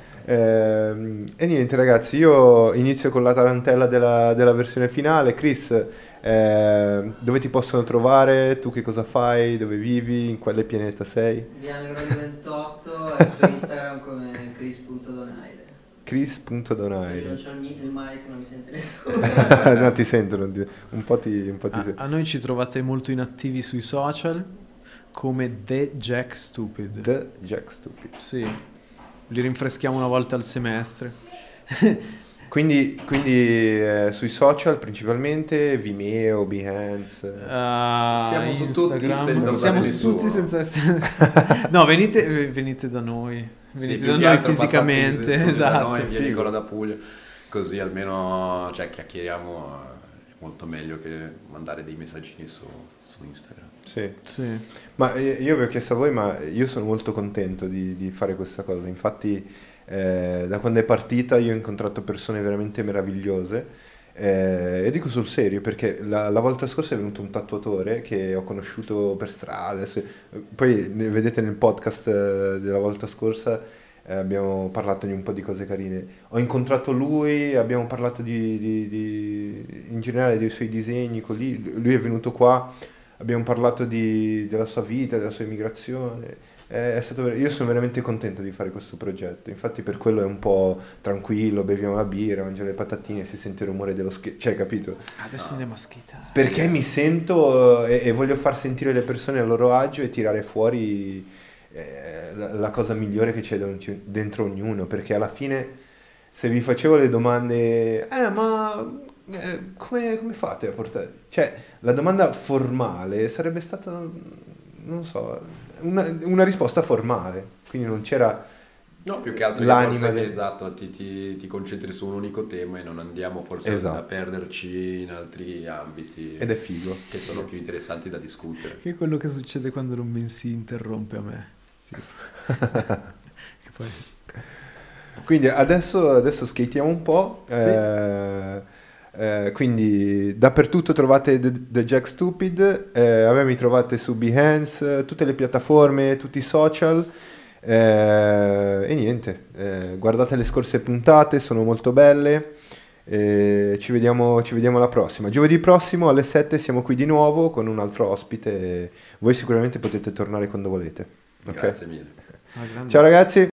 E niente ragazzi, io inizio con la tarantella della versione finale. Chris, dove ti possono trovare? Tu che cosa fai? Dove vivi? In quale pianeta sei? Via Negroni 28 e su Instagram come chris.donaire. Chris.donaire. Io non c'ho il mic, non mi sente nessuno. No, ti sentono, un po' ti a noi ci trovate molto inattivi sui social come The Jack Stupid. The Jack Stupid. Sì, li rinfreschiamo una volta al semestre. Quindi sui social principalmente Vimeo, Behance. Siamo su tutti senza essere. No, venite da noi. Venite da noi fisicamente. Esatto. Da noi, via Nicola da Puglia. Così almeno chiacchieriamo. È molto meglio che mandare dei messaggini su Instagram. Sì. Ma io vi ho chiesto a voi, ma io sono molto contento di fare questa cosa. Infatti da quando è partita io ho incontrato persone veramente meravigliose, e dico sul serio, perché la volta scorsa è venuto un tatuatore che ho conosciuto per strada, poi vedete nel podcast della volta scorsa, abbiamo parlato di un po' di cose carine. Ho incontrato lui, abbiamo parlato in generale dei suoi disegni, lui è venuto qua, abbiamo parlato della sua vita, della sua immigrazione. Io sono veramente contento di fare questo progetto, infatti per quello è un po' tranquillo, beviamo la birra, mangiamo le patatine e si sente il rumore dello cioè, capito? Adesso andiamo a schita. Perché mi sento e voglio far sentire le persone a loro agio e tirare fuori la cosa migliore che c'è dentro ognuno, perché alla fine se vi facevo le domande come fate a portare, cioè la domanda formale sarebbe stata, non so, una risposta formale, quindi non c'era più che altro l'anima esatto, ti concentri su un unico tema e non andiamo forse a perderci in altri ambiti, ed è figo, che sono più interessanti da discutere, che è quello che succede quando non mi si interrompe a me. E poi... quindi adesso skatiamo un po'. Quindi dappertutto trovate The Jack Stupid, a me mi trovate su Behance, tutte le piattaforme, tutti i social, e niente, guardate le scorse puntate, sono molto belle, ci vediamo alla prossima. Giovedì prossimo alle 7 siamo qui di nuovo con un altro ospite, voi sicuramente potete tornare quando volete. Okay? Grazie mille. Ciao ragazzi.